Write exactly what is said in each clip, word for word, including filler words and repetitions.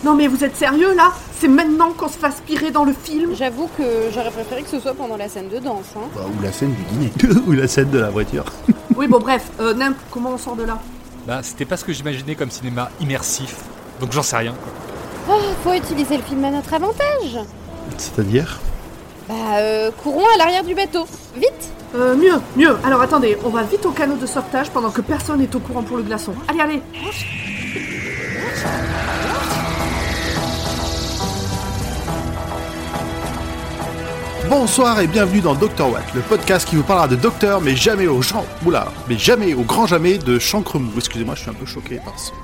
Non mais vous êtes sérieux là ? C'est maintenant qu'on se fasse pirer dans le film ? J'avoue que j'aurais préféré que ce soit pendant la scène de danse. Hein. Bah, ou la scène du dîner. Ou la scène de la voiture. Oui bon bref, euh, Nimp, comment on sort de là ? Bah c'était pas ce que j'imaginais comme cinéma immersif, donc j'en sais rien quoi. Oh, faut utiliser le film à notre avantage. C'est-à-dire ? Bah euh, courons à l'arrière du bateau, vite. Euh, mieux, mieux. Alors attendez, on va vite au canot de sauvetage pendant que personne n'est au courant pour le glaçon. Allez, allez. Bonsoir et bienvenue dans Docteur Watt, le podcast qui vous parlera de docteur, mais jamais au genre... Oula, mais jamais, au grand jamais, de Chancremou. Excusez-moi, je suis un peu choqué par ça.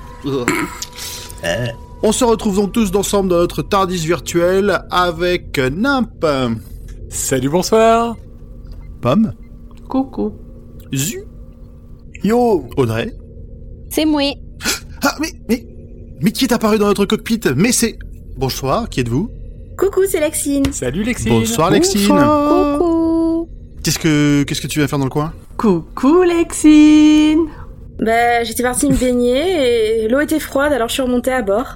On se retrouve donc tous ensemble dans notre TARDIS virtuel avec Nimp. Salut, bonsoir. Pomme. Coucou. Zu. Yo. Audrey. C'est moi. Ah, mais, mais, mais qui est apparu dans notre cockpit ? Mais c'est... Bonsoir, qui êtes-vous ? Coucou, c'est Lexine. Salut Lexine. Bonsoir Lexine. Bonsoir. Coucou. Qu'est-ce que, qu'est-ce que tu vas faire dans le coin ? Coucou Lexine. Bah, j'étais partie me baigner et l'eau était froide, alors je suis remontée à bord.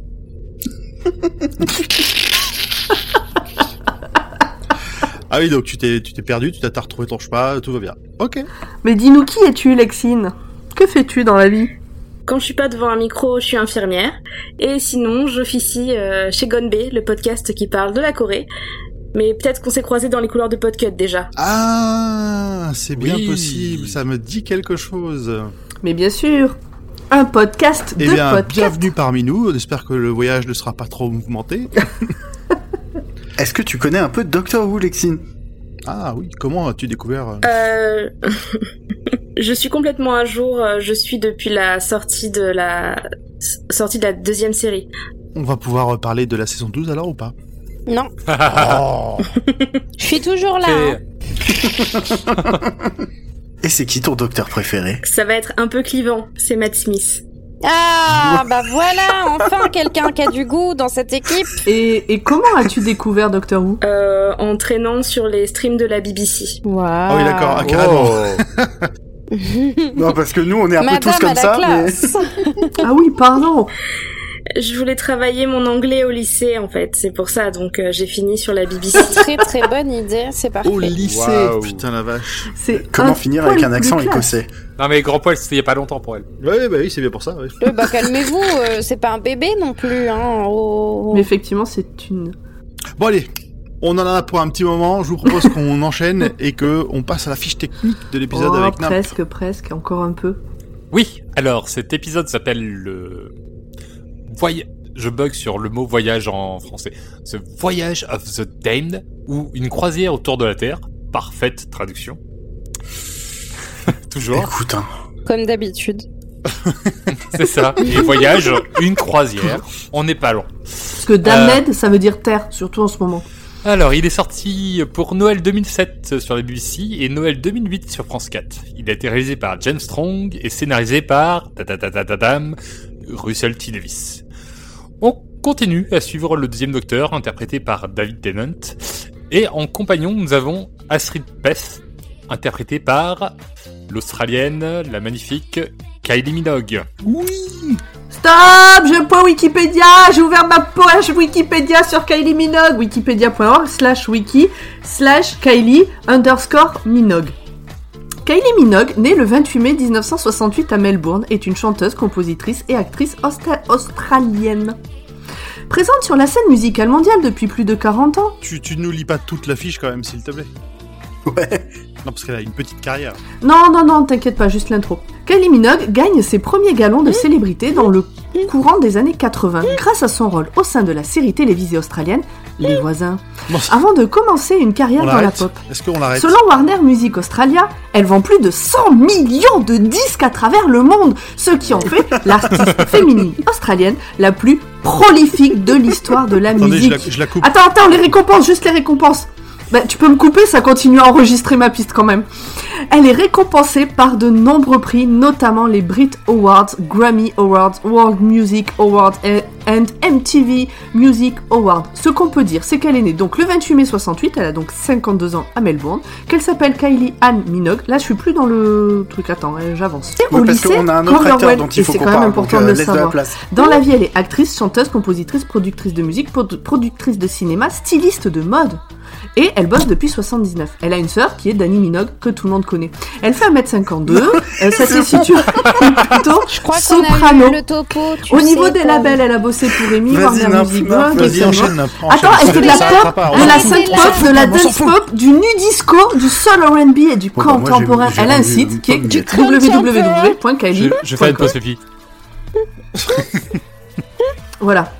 Ah oui, donc tu t'es, tu t'es perdu, tu t'as retrouvé ton chemin, tout va bien. Ok. Mais dis-nous, qui es-tu Lexine ? Que fais-tu dans la vie ? Quand je suis pas devant un micro, je suis infirmière. Et sinon, j'officie euh, chez Gonbe, le podcast qui parle de la Corée. Mais peut-être qu'on s'est croisés dans les couloirs de Podcut déjà. Ah, c'est bien Oui. possible, ça me dit quelque chose. Mais bien sûr, un podcast de Eh bien, podcast. bienvenue parmi nous, j'espère que le voyage ne sera pas trop mouvementé. Est-ce que tu connais un peu Doctor Who, Lexine ? Ah oui, comment as-tu découvert Euh... je suis complètement à jour, je suis depuis la sortie de la... sortie de la deuxième série. On va pouvoir parler de la saison douze alors ou pas ? Non, Oh. je suis toujours là. Hein. Et c'est qui ton docteur préféré ? Ça va être un peu clivant, c'est Matt Smith. Ah, bah voilà, enfin quelqu'un qui a du goût dans cette équipe. Et, et comment as-tu découvert Doctor Who ? Euh, en traînant sur les streams de la B B C. Waouh. Ah oui, d'accord, ah, carrément. Non, parce que nous, on est un Madame peu tous à comme la ça. Mais... classe. Ah oui, pardon. Je voulais travailler mon anglais au lycée, en fait, c'est pour ça, donc euh, j'ai fini sur la B B C. Très très bonne idée, c'est parfait. Au lycée, Waouh. putain la vache. C'est Comment un finir poil avec un plus accent classe. écossais ? Non mais grand poil, c'était il y a pas longtemps pour elle. Ouais, bah oui, c'est bien pour ça. Ouais. Euh, bah calmez-vous, euh, c'est pas un bébé non plus, hein. Oh. Mais effectivement, c'est une... Bon allez, on en a pour un petit moment, je vous propose qu'on enchaîne et que on passe à la fiche technique de l'épisode Oh, avec Nimp. presque, presque, encore un peu. Oui, alors cet épisode s'appelle le... Voy... Je bug sur le mot voyage en français. The Voyage of the Damned, ou une croisière autour de la Terre. Parfaite traduction. Toujours. Écoute, hein. Comme d'habitude. C'est ça. Et voyage, une croisière. On n'est pas loin. Parce que Damned, ça veut dire terre, surtout en ce moment. Alors, il est sorti pour Noël deux mille sept sur la B B C et Noël deux mille huit sur France quatre. Il a été réalisé par James Strong et scénarisé par ta-ta-ta-ta-ta-dam, Russell T. Davies. On continue à suivre le deuxième Docteur, interprété par David Tennant. Et en compagnon, nous avons Astrid Beth, interprétée par l'Australienne, la magnifique Kylie Minogue. Oui. Stop, j'aime pas Wikipédia, j'ai ouvert ma page Wikipédia sur Kylie Minogue, wikipedia.org slash wiki slash Kylie underscore Minogue. Kylie Minogue, née le vingt-huit mai dix-neuf cent soixante-huit à Melbourne, est une chanteuse, compositrice et actrice austra- australienne. Présente sur la scène musicale mondiale depuis plus de quarante ans. Tu, tu nous lis pas toute la fiche quand même, s'il te plaît. Ouais. Non, parce qu'elle a une petite carrière. Non, non, non, t'inquiète pas, juste l'intro. Kylie Minogue gagne ses premiers galons de célébrité dans le courant des années quatre-vingts grâce à son rôle au sein de la série télévisée australienne Les Voisins, Bon, avant de commencer une carrière on dans la l'arrête. pop. Est-ce qu'on l'arrête ? Selon Warner Music Australia, elle vend plus de cent millions de disques à travers le monde, ce qui en fait l'artiste féminine australienne la plus prolifique de l'histoire de la Attendez, je musique. la, je la coupe. Attends, attends, les récompenses, juste les récompenses. Bah, tu peux me couper, ça continue à enregistrer ma piste quand même. Elle est récompensée par de nombreux prix, notamment les Brit Awards, Grammy Awards, World Music Awards et and M T V Music Awards. Ce qu'on peut dire, c'est qu'elle est née donc le vingt-huit mai soixante-huit, elle a donc cinquante-deux ans à Melbourne, qu'elle s'appelle Kylie Ann Minogue. Là, je suis plus dans le truc, attends, j'avance. Et Oui, au parce lycée, qu'on a un autre acteur Camberwell, dont il et faut c'est qu'on quand même parle, important donc, de euh, le laisse de la savoir. place. Dans la vie, elle est actrice, chanteuse, compositrice, productrice de musique, produ- productrice de cinéma, styliste de mode. Et elle bosse depuis soixante-dix-neuf. Elle a une sœur qui est Dani Minogue, que tout le monde connaît. Elle fait un mètre cinquante-deux, euh, ça se situe plutôt Je crois qu'on soprano. a eu le topo. Tu Au sais, niveau des pour- labels, elle a bossé pour Amy, Vas-y, Warner Nimp, Music, Nimp, Grant, Vas-y, et enchaîne. cetera. Nimp, Attends, enchaîne. elle fait de la Ça pop, va pas, de on la s'en synth fout. pop, de la On s'en dance fout. pop, du nu disco, du soul R and B et du Bon, bah, moi, j'ai- contemporain. j'ai Elle a un rendu site une qui est pomme Du miette. w w w point Je, kylie je vais faire une point com. pause pipi. Voilà.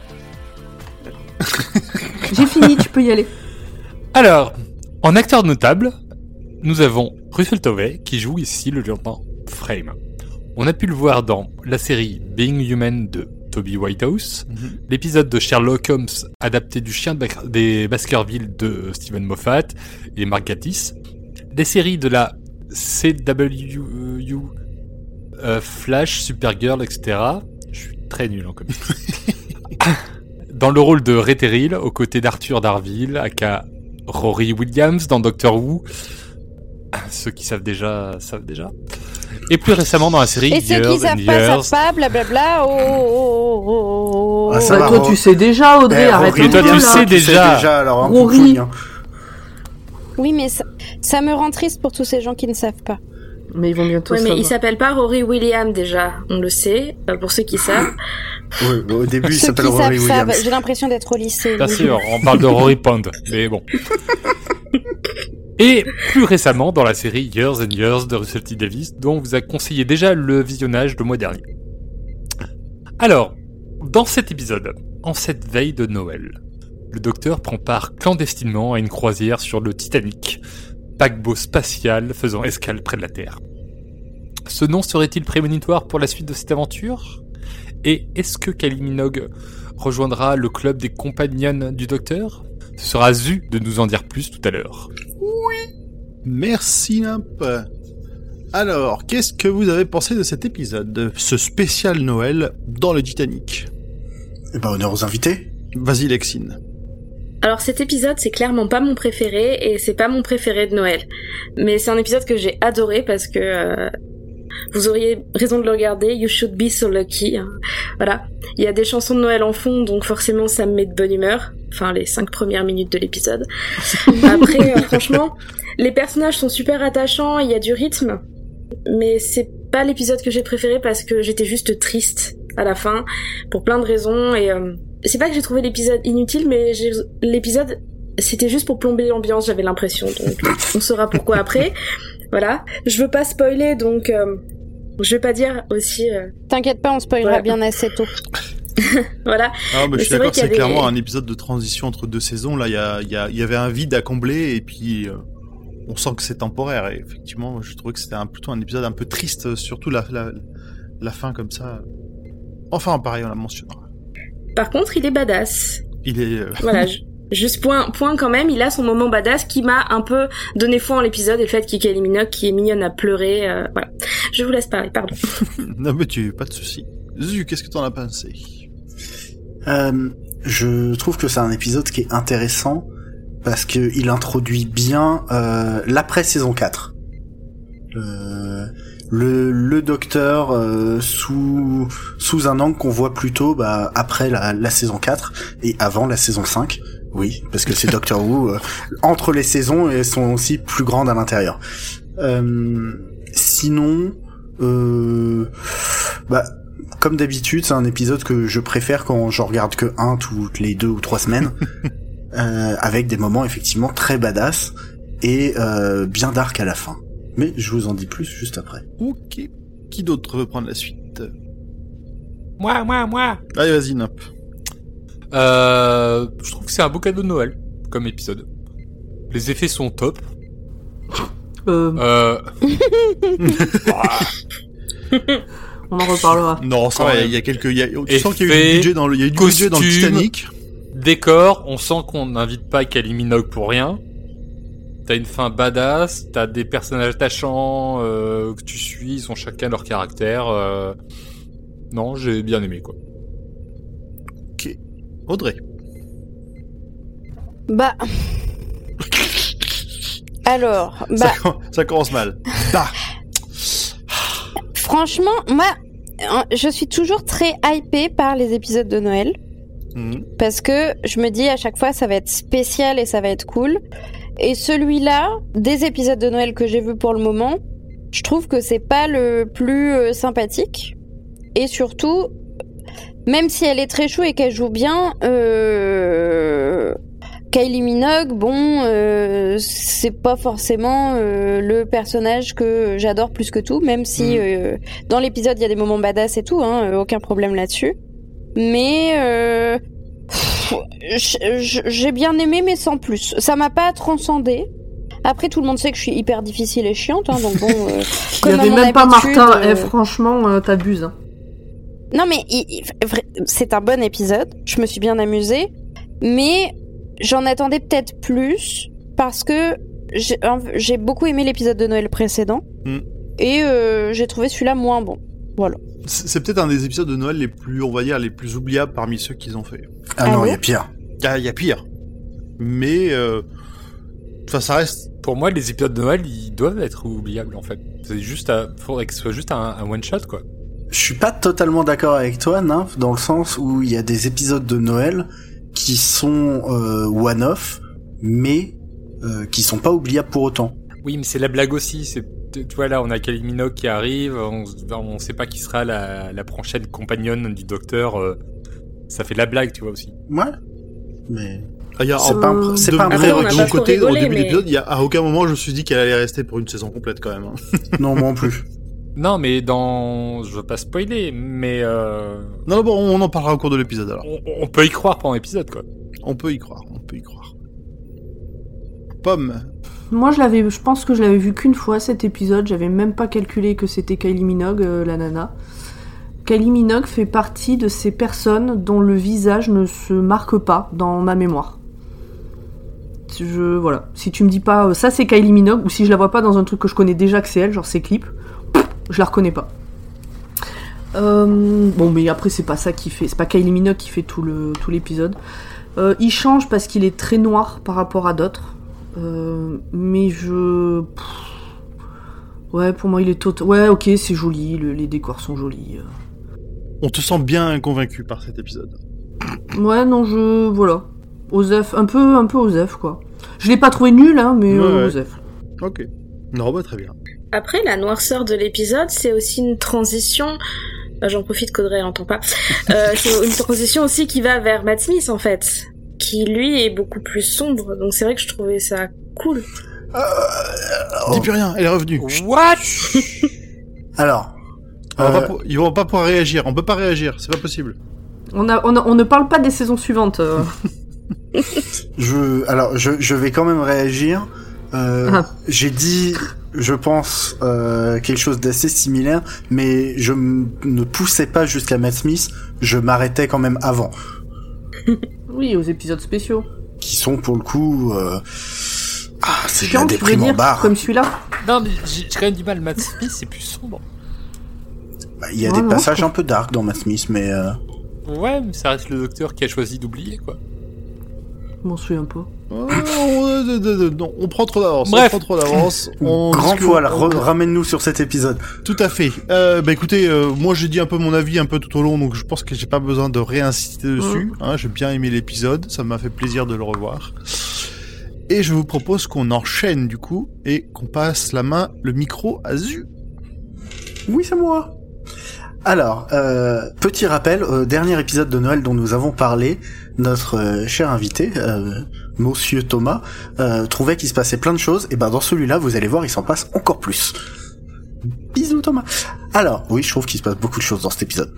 J'ai fini, tu peux y aller. Alors, en acteur notable, nous avons Russell Tovey qui joue ici le lieutenant Frame. On a pu le voir dans la série Being Human de Toby Whitehouse, Mhm. l'épisode de Sherlock Holmes adapté du Chien de Bac- des Baskerville de Stephen Moffat et Mark Gatiss, les séries de la C W U, euh, Flash, Supergirl, et cetera. Je suis très nul en comics. Dans le rôle de Ray Terrill, aux côtés d'Arthur Darville, aka Rory Williams dans Doctor Who. Ceux qui savent déjà, savent déjà. Et plus récemment dans la série Et ceux Years qui and savent pas, Years. savent pas, blablabla. Oh, oh, oh, oh, oh. Ah, ça Bah, va, toi, Ro- tu sais déjà, Audrey, Eh, arrête Rory, un toi, peu, tu là. sais tu sais déjà. déjà, alors, un Rory. peu couille, hein. Oui, mais ça, ça me rend triste pour tous ces gens qui ne savent pas. Mais ils vont bientôt Ouais, mais savoir. il s'appelle pas Rory Williams déjà, on le sait, euh, pour ceux qui savent. Ouais, bah, au début, il Ceux s'appelle qui Rory savent, savent. Williams. J'ai l'impression d'être au lycée. Bien donc. sûr, on parle de Rory Pond, mais bon. Et plus récemment dans la série Years and Years de Russell T Davies, dont on vous a conseillé déjà le visionnage le mois dernier. Alors, dans cet épisode, en cette veille de Noël, le docteur prend part clandestinement à une croisière sur le Titanic, paquebot spatial faisant escale près de la Terre. Ce nom serait-il prémonitoire pour la suite de cette aventure ? Et est-ce que Kylie Minogue rejoindra le club des compagnons du docteur ? Ce sera à Zu de nous en dire plus tout à l'heure. Merci Nimp. Alors, qu'est-ce que vous avez pensé de cet épisode, de ce spécial Noël dans le Titanic ? Eh ben, honneur aux invités. Vas-y Lexine. Alors cet épisode, c'est clairement pas mon préféré, et c'est pas mon préféré de Noël. Mais c'est un épisode que j'ai adoré parce que... euh, vous auriez raison de le regarder, You Should Be So Lucky. Hein. Voilà. Il y a des chansons de Noël en fond, donc forcément ça me met de bonne humeur. Enfin, les cinq premières minutes de l'épisode. Après, euh, franchement, les personnages sont super attachants, il y a du rythme. Mais c'est pas l'épisode que j'ai préféré parce que j'étais juste triste à la fin, pour plein de raisons. Et euh, c'est pas que j'ai trouvé l'épisode inutile, mais j'ai... l'épisode, c'était juste pour plomber l'ambiance, j'avais l'impression. Donc on saura pourquoi après. Voilà. Je veux pas spoiler, donc euh, je vais pas dire aussi... Euh... T'inquiète pas, on spoilera Voilà. bien assez tôt. Voilà. Ah, mais Mais je suis c'est vrai d'accord, qu'il y a c'est des- clairement un épisode de transition entre deux saisons. Là, il y, a, il y, a, il y avait un vide à combler et puis euh, on sent que c'est temporaire. Et effectivement, je trouvais que c'était un, plutôt un épisode un peu triste, surtout la, la, la fin comme ça. Enfin, pareil, on la mentionnera. Par contre, il est badass. Il est... euh, Voilà. je- Juste point, point quand même, il a son moment badass qui m'a un peu donné foi en l'épisode et le fait qu'il y ait Kylie Minogue qui est mignonne à pleurer. Euh, voilà. Je vous laisse parler, pardon. non mais tu pas de souci. Zu, qu'est-ce que t'en as pensé ? Euh, je trouve que c'est un épisode qui est intéressant parce que il introduit bien euh, l'après saison quatre. Euh, le, le docteur euh, sous sous un angle qu'on voit plutôt bah, après la, la saison quatre et avant la saison cinq. Oui, parce que c'est Doctor Who euh, entre les saisons et sont aussi plus grandes à l'intérieur. Euh, sinon, euh, bah comme d'habitude, c'est un épisode que je préfère quand je regarde que un toutes les deux ou trois semaines, euh, avec des moments effectivement très badass et euh, bien dark à la fin. Mais je vous en dis plus juste après. Ok. Qui d'autre veut prendre la suite ? Moi, moi, moi. Allez, vas-y, Nimp. Euh, je trouve que c'est un beau cadeau de Noël comme épisode. Les effets sont top. Euh, Euh, on en reparlera. Non, ça Quand va, même. il y a quelques... il Y a, tu Effets, sens qu'il y a eu du budget dans le, il y a eu du budget dans le costumes. Titanic. décor, on sent qu'on n'invite pas Kylie Minogue pour rien. t'as une fin badass, t'as des personnages attachants euh, que tu suis, ils ont chacun leur caractère. Euh... Non, j'ai bien aimé, quoi. Ok. Audrey. Bah... Alors, bah... Ça, ça commence mal. Bah. Franchement, moi, je suis toujours très hypée par les épisodes de Noël. Mmh. Parce que je me dis à chaque fois, ça va être spécial et ça va être cool. Et celui-là, des épisodes de Noël que j'ai vus pour le moment, je trouve que c'est pas le plus euh, sympathique. Et surtout, même si elle est très chou et qu'elle joue bien, euh... Kylie Minogue, bon, euh, c'est pas forcément euh, le personnage que j'adore plus que tout, même si euh, dans l'épisode il y a des moments badass et tout, hein, aucun problème là-dessus. Mais euh, pff, j'ai bien aimé, mais sans plus. Ça m'a pas transcendé. Après, tout le monde sait que je suis hyper difficile et chiante, hein, donc bon. Euh, il y avait même pas Martin. Euh... Eh, franchement, euh, t'abuses. Hein. Non, mais il, il, c'est un bon épisode. Je me suis bien amusée, mais j'en attendais peut-être plus parce que j'ai, j'ai beaucoup aimé l'épisode de Noël précédent mm. et euh, j'ai trouvé celui-là moins bon. Voilà. C'est, c'est peut-être un des épisodes de Noël les plus, on va dire, les plus oubliables parmi ceux qu'ils ont fait. Ah, ah non, il oui y a pire. Il y, y a pire. Mais, enfin, euh, ça reste. Pour moi, les épisodes de Noël, ils doivent être oubliables en fait. C'est juste, à... faudrait que ce soit juste un, un one shot, quoi. Je suis pas totalement d'accord avec toi, Nymph, dans le sens où il y a des épisodes de Noël qui sont euh, one-off, mais euh, qui sont pas oubliables pour autant. Oui, mais c'est la blague aussi. C'est, tu vois, là, on a Kylie Minogue qui arrive, on, on sait pas qui sera la, la prochaine compagnonne du docteur. Euh, ça fait de la blague, tu vois, aussi. Ouais, mais... Ah, y a, c'est en, pas un, c'est de, pas un vrai, de mon côté, rigoler, au début mais... de l'épisode, y a, à aucun moment je me suis dit qu'elle allait rester pour une saison complète, quand même. Hein. Non, moi non plus. Non, mais dans... Je veux pas spoiler, mais... Euh... Non, non, bon, on en parlera au cours de l'épisode, alors. On, on peut y croire pendant l'épisode, quoi. On peut y croire, on peut y croire. Pomme. Moi, je l'avais, je pense que je l'avais vu qu'une fois, cet épisode. J'avais même pas calculé que c'était Kylie Minogue, euh, la nana. Kylie Minogue fait partie de ces personnes dont le visage ne se marque pas dans ma mémoire. Je, voilà. Si tu me dis pas, euh, ça c'est Kylie Minogue, ou si je la vois pas dans un truc que je connais déjà que c'est elle, genre ses clips, je la reconnais pas. Euh, bon, mais après, c'est pas ça qui fait. C'est pas Kylie Minogue qui fait tout, le, tout l'épisode. Euh, il change parce qu'il est très noir par rapport à d'autres. Euh, mais je. Pff, ouais, pour moi, il est total. Ouais, ok, c'est joli. Le, les décors sont jolis. On te sent bien convaincu par cet épisode. Ouais, non, je. Voilà. Osef. Un peu, un peu Osef, quoi. Je l'ai pas trouvé nul, hein, mais ouais, euh, ouais. Osef. Ok. Non, bah, très bien. Après, la noirceur de l'épisode, c'est aussi une transition. J'en profite qu'Audrey n'entend pas. Euh, c'est une transition aussi qui va vers Matt Smith, en fait, qui lui est beaucoup plus sombre. Donc c'est vrai que je trouvais ça cool. Euh, oh. Dis plus rien, elle est revenue. What? Alors, on euh... va pas, ils vont pas pouvoir réagir. On peut pas réagir, c'est pas possible. On a, on a, on ne parle pas des saisons suivantes. Euh. je, alors, je, je vais quand même réagir. Euh, ah. J'ai dit, je pense, euh, quelque chose d'assez similaire, mais je m- ne poussais pas jusqu'à Matt Smith, je m'arrêtais quand même avant. Oui, aux épisodes spéciaux. Qui sont pour le coup... Euh... Ah, c'est Chiant, bien déprimant barre. Comme celui-là. Non, mais j'ai, j'ai quand même du mal, Matt Smith, c'est plus sombre. Bah, il y a ouais, des non, passages trouve... un peu dark dans Matt Smith, mais... Euh... Ouais, mais ça reste le docteur qui a choisi d'oublier, quoi. Je m'en souviens pas. Oh, non, on prend trop d'avance. Bref. On prend trop d'avance. On Grand discute, poil, on... re- ramène-nous sur cet épisode. Tout à fait. Euh, bah écoutez, euh, moi j'ai dit un peu mon avis un peu tout au long, donc je pense que j'ai pas besoin de réinsister dessus. Mmh. Hein, j'ai bien aimé l'épisode, ça m'a fait plaisir de le revoir. Et je vous propose qu'on enchaîne du coup et qu'on passe la main, le micro à Zu. Oui, c'est moi. Alors, euh, petit rappel, au dernier épisode de Noël dont nous avons parlé, notre euh, cher invité, euh, Monsieur Thomas, euh, trouvait qu'il se passait plein de choses, et ben dans celui-là, vous allez voir, il s'en passe encore plus. Bisous Thomas. Alors, oui, je trouve qu'il se passe beaucoup de choses dans cet épisode.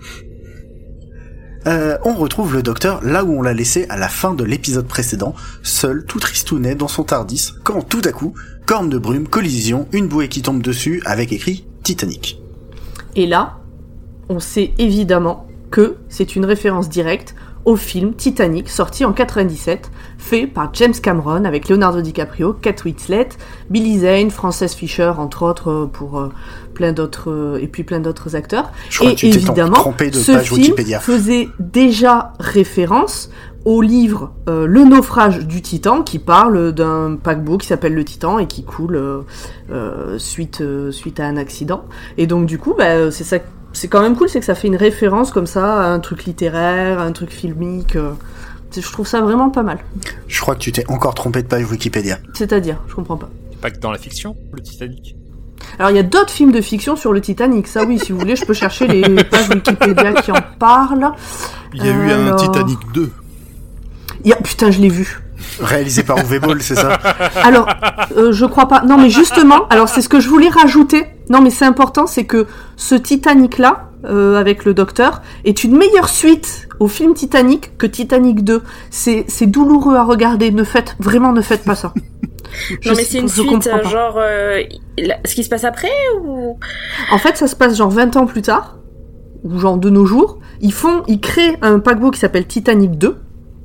Euh, on retrouve le docteur là où on l'a laissé à la fin de l'épisode précédent, seul, tout tristounet dans son Tardis, quand tout à coup, corne de brume, collision, une bouée qui tombe dessus, avec écrit Titanic. Et là, on sait évidemment que c'est une référence directe au film Titanic, sorti en quatre-vingt-dix-sept, fait par James Cameron avec Leonardo DiCaprio, Kate Winslet, Billy Zane, Frances Fisher, entre autres, pour euh, plein d'autres euh, et puis plein d'autres acteurs. Je crois et que tu évidemment, t'es de ce page film Wikipédia. faisait déjà référence au livre euh, Le naufrage du Titan, qui parle d'un paquebot qui s'appelle le Titan et qui coule euh, euh, suite euh, suite à un accident. Et donc du coup, bah, c'est ça, c'est quand même cool, c'est que ça fait une référence comme ça à un truc littéraire, à un truc filmique. Euh, je trouve ça vraiment pas mal. Je crois que tu t'es encore trompé de page Wikipédia. C'est-à-dire, je comprends pas. Pas que dans la fiction, le Titanic. Alors il y a d'autres films de fiction sur le Titanic, ça oui, si vous voulez, je peux chercher les pages Wikipédia qui en parlent. Il y a eu Alors... un Titanic deux. Il y a... Putain, je l'ai vu. Réalisé par Uwe Boll, c'est ça? Alors, euh, je crois pas. Non, mais justement, alors c'est ce que je voulais rajouter. Non, mais c'est important, c'est que ce Titanic-là, euh, avec le docteur, est une meilleure suite au film Titanic que Titanic deux. C'est, c'est douloureux à regarder. Ne faites, vraiment, ne faites pas ça. Je non mais c'est une je suite, comprends pas. genre euh, la- ce qui se passe après ou En fait, ça se passe genre vingt ans plus tard, ou genre de nos jours. Ils font, ils créent un paquebot qui s'appelle Titanic deux.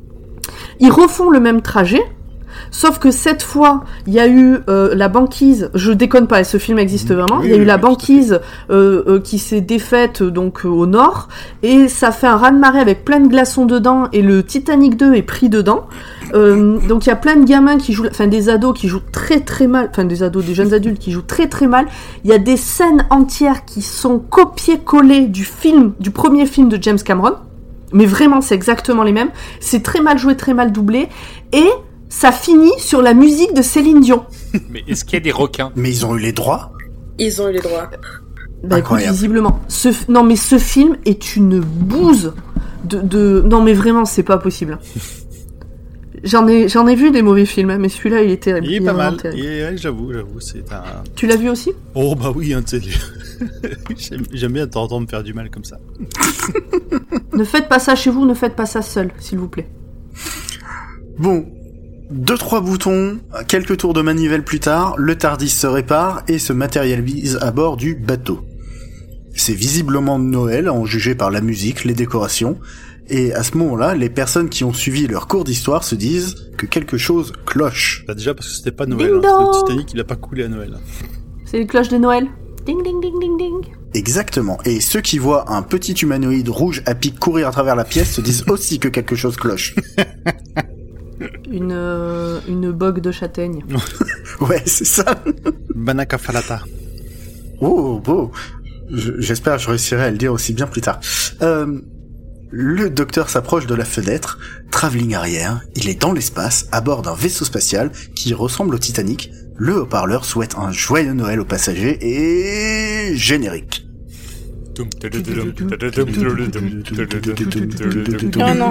Ils refont le même trajet, sauf que cette fois, il y a eu euh, la banquise, je déconne pas, ce film existe vraiment, Oui, il y a eu oui, la oui, tout à banquise euh, euh, qui s'est défaite donc euh, au nord, et ça fait un raz-de-marée avec plein de glaçons dedans, et le Titanic deux est pris dedans. Euh, donc il y a plein de gamins qui jouent, enfin des ados qui jouent très très mal, enfin des ados, des jeunes adultes qui jouent très très mal. Il y a des scènes entières qui sont copiées-collées du film, du premier film de James Cameron. Mais vraiment, c'est exactement les mêmes. C'est très mal joué, très mal doublé. Et ça finit sur la musique de Céline Dion. Mais est-ce qu'il y a des requins? Mais ils ont eu les droits? ils ont eu les droits. Bah écoute, Incroyable. visiblement. Ce... Non mais ce film est une bouse de... de... Non mais vraiment, c'est pas possible. J'en ai, j'en ai vu des mauvais films, hein, mais celui-là, il est terrible. Il est Il pas vraiment mal. terrible. Il est- ouais, j'avoue, j'avoue, c'est un. Tu l'as vu aussi? Oh bah oui, hein, tu sais. J'aime, j'aime bien t'entendre me faire du mal comme ça. Ne faites pas ça chez vous, ne faites pas ça seul, s'il vous plaît. Bon, deux trois boutons, quelques tours de manivelle plus tard, le TARDIS se répare et se matérialise à bord du bateau. C'est visiblement Noël, en jugé par la musique, les décorations, et à ce moment-là, les personnes qui ont suivi leur cours d'histoire se disent que quelque chose cloche. Bah déjà parce que c'était pas Noël. Ding Hein. dong. Le Titanic, il a pas coulé à Noël. C'est les cloches de Noël. Ding ding ding ding ding. Exactement. Et ceux qui voient un petit humanoïde rouge à pic courir à travers la pièce se disent aussi que quelque chose cloche. Une, euh, une bogue de châtaigne. Ouais, c'est ça. Banaka Falata. Oh, beau. Je- J'espère que je réussirai à le dire aussi bien plus tard. Euh, le docteur s'approche de la fenêtre, travelling arrière, il est dans l'espace, à bord d'un vaisseau spatial qui ressemble au Titanic. Le haut-parleur souhaite un joyeux Noël aux passagers et... générique. Oh non.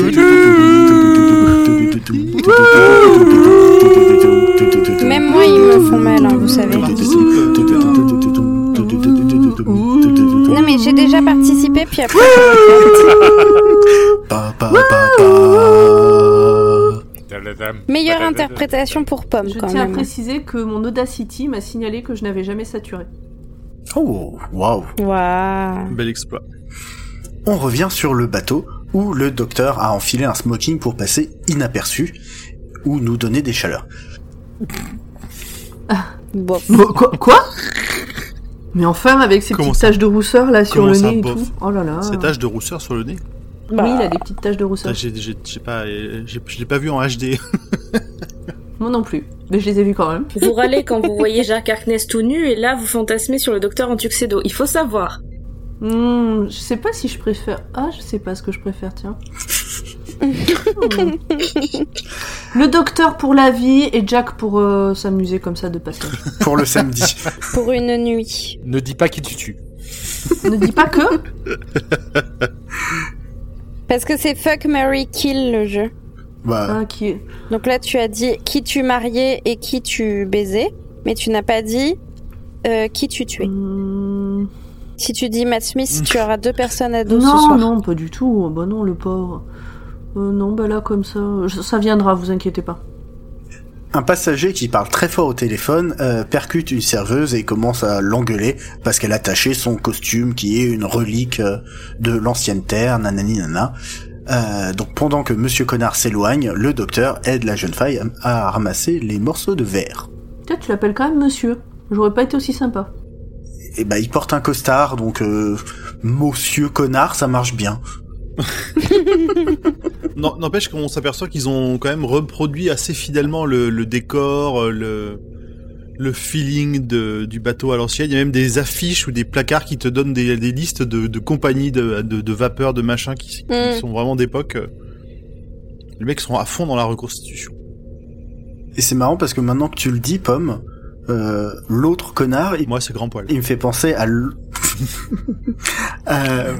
Même moi, ils me font mal, hein, vous savez. Non mais j'ai déjà participé, puis après... Pa, pa, pa, pa. Meilleure interprétation pour Pomme, Je quand tiens à même. préciser que mon Audacity m'a signalé que je n'avais jamais saturé. Oh, waouh. Waouh. Bel exploit. On revient sur le bateau, où le docteur a enfilé un smoking pour passer inaperçu, ou nous donner des chaleurs. Bon. Bon, quoi, quoi Mais enfin, avec ces Comment petites ça taches de rousseur là sur Comment le ça, nez et bof tout. Oh là là. Ces taches de rousseur sur le nez. Bah, Oui, il a des petites taches de rousseur. Putain, j'ai, j'ai, j'ai pas, euh, j'ai, je l'ai pas vu en H D. Moi non plus. Mais je les ai vus quand même. Vous râlez quand vous voyez Jacques Harkness tout nu et là vous fantasmez sur le docteur en tuxedo. Il faut savoir. Hmm, je sais pas si je préfère. Ah, je sais pas ce que je préfère, tiens. Hmm. Le docteur pour la vie et Jack pour euh, s'amuser comme ça de passage. Pour le samedi. pour une nuit. Ne dis pas qui tu tues. Ne dis pas que. Parce que c'est Fuck, Marry, Kill le jeu. Bah, Ah, qui est. Donc là, tu as dit qui tu mariais et qui tu baisais, mais tu n'as pas dit euh, qui tu tuais. Hmm. Si tu dis Matt Smith, tu auras deux personnes à dos ce Non, soir. non, pas du tout. Bah non, le pauvre. Euh, non, bah là, comme ça. je- Ça viendra, vous inquiétez pas. un passager qui parle très fort au téléphone euh, percute une serveuse et commence à l'engueuler parce qu'elle a taché son costume qui est une relique euh, de l'ancienne Terre, nanani nana. Euh, donc pendant que Monsieur Connard s'éloigne, le docteur aide la jeune fille à, à ramasser les morceaux de verre. Tiens, tu l'appelles quand même monsieur. J'aurais pas été aussi sympa. Et bah il porte un costard, donc euh, Monsieur Connard, ça marche bien. Non, n'empêche qu'on s'aperçoit qu'ils ont quand même reproduit assez fidèlement le, le décor, le, le feeling de, du bateau à l'ancienne. Il y a même des affiches ou des placards qui te donnent des, des listes de, de compagnies de, de, de vapeur, de machins qui, qui mm. sont vraiment d'époque. Les mecs sont à fond dans la reconstitution. Et c'est marrant parce que maintenant que tu le dis, Pomme, euh, l'autre connard, il, moi c'est Grand Poil. Il me fait penser à l... euh...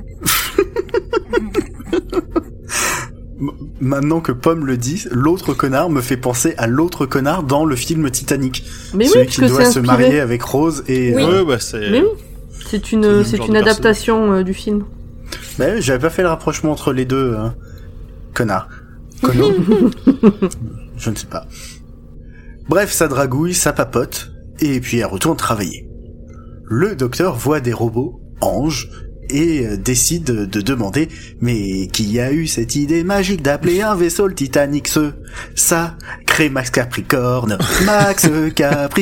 Maintenant que Pomme le dit, l'autre connard me fait penser à l'autre connard dans le film Titanic. Mais celui oui, qui doit se marier avec Rose et... Oui. Euh... Ouais, bah c'est... Mais oui, c'est une, c'est, c'est une adaptation euh, du film. Bah j'avais pas fait le rapprochement entre les deux, hein. Connard. Connard. Je ne sais pas. Bref, ça dragouille, ça papote, et puis elle retourne travailler. Le docteur voit des robots, anges, et euh, décide de demander « Mais qui a eu cette idée magique d'appeler un vaisseau le Titanic ce Ça, crée Max Capricorne, Max Capricorne !»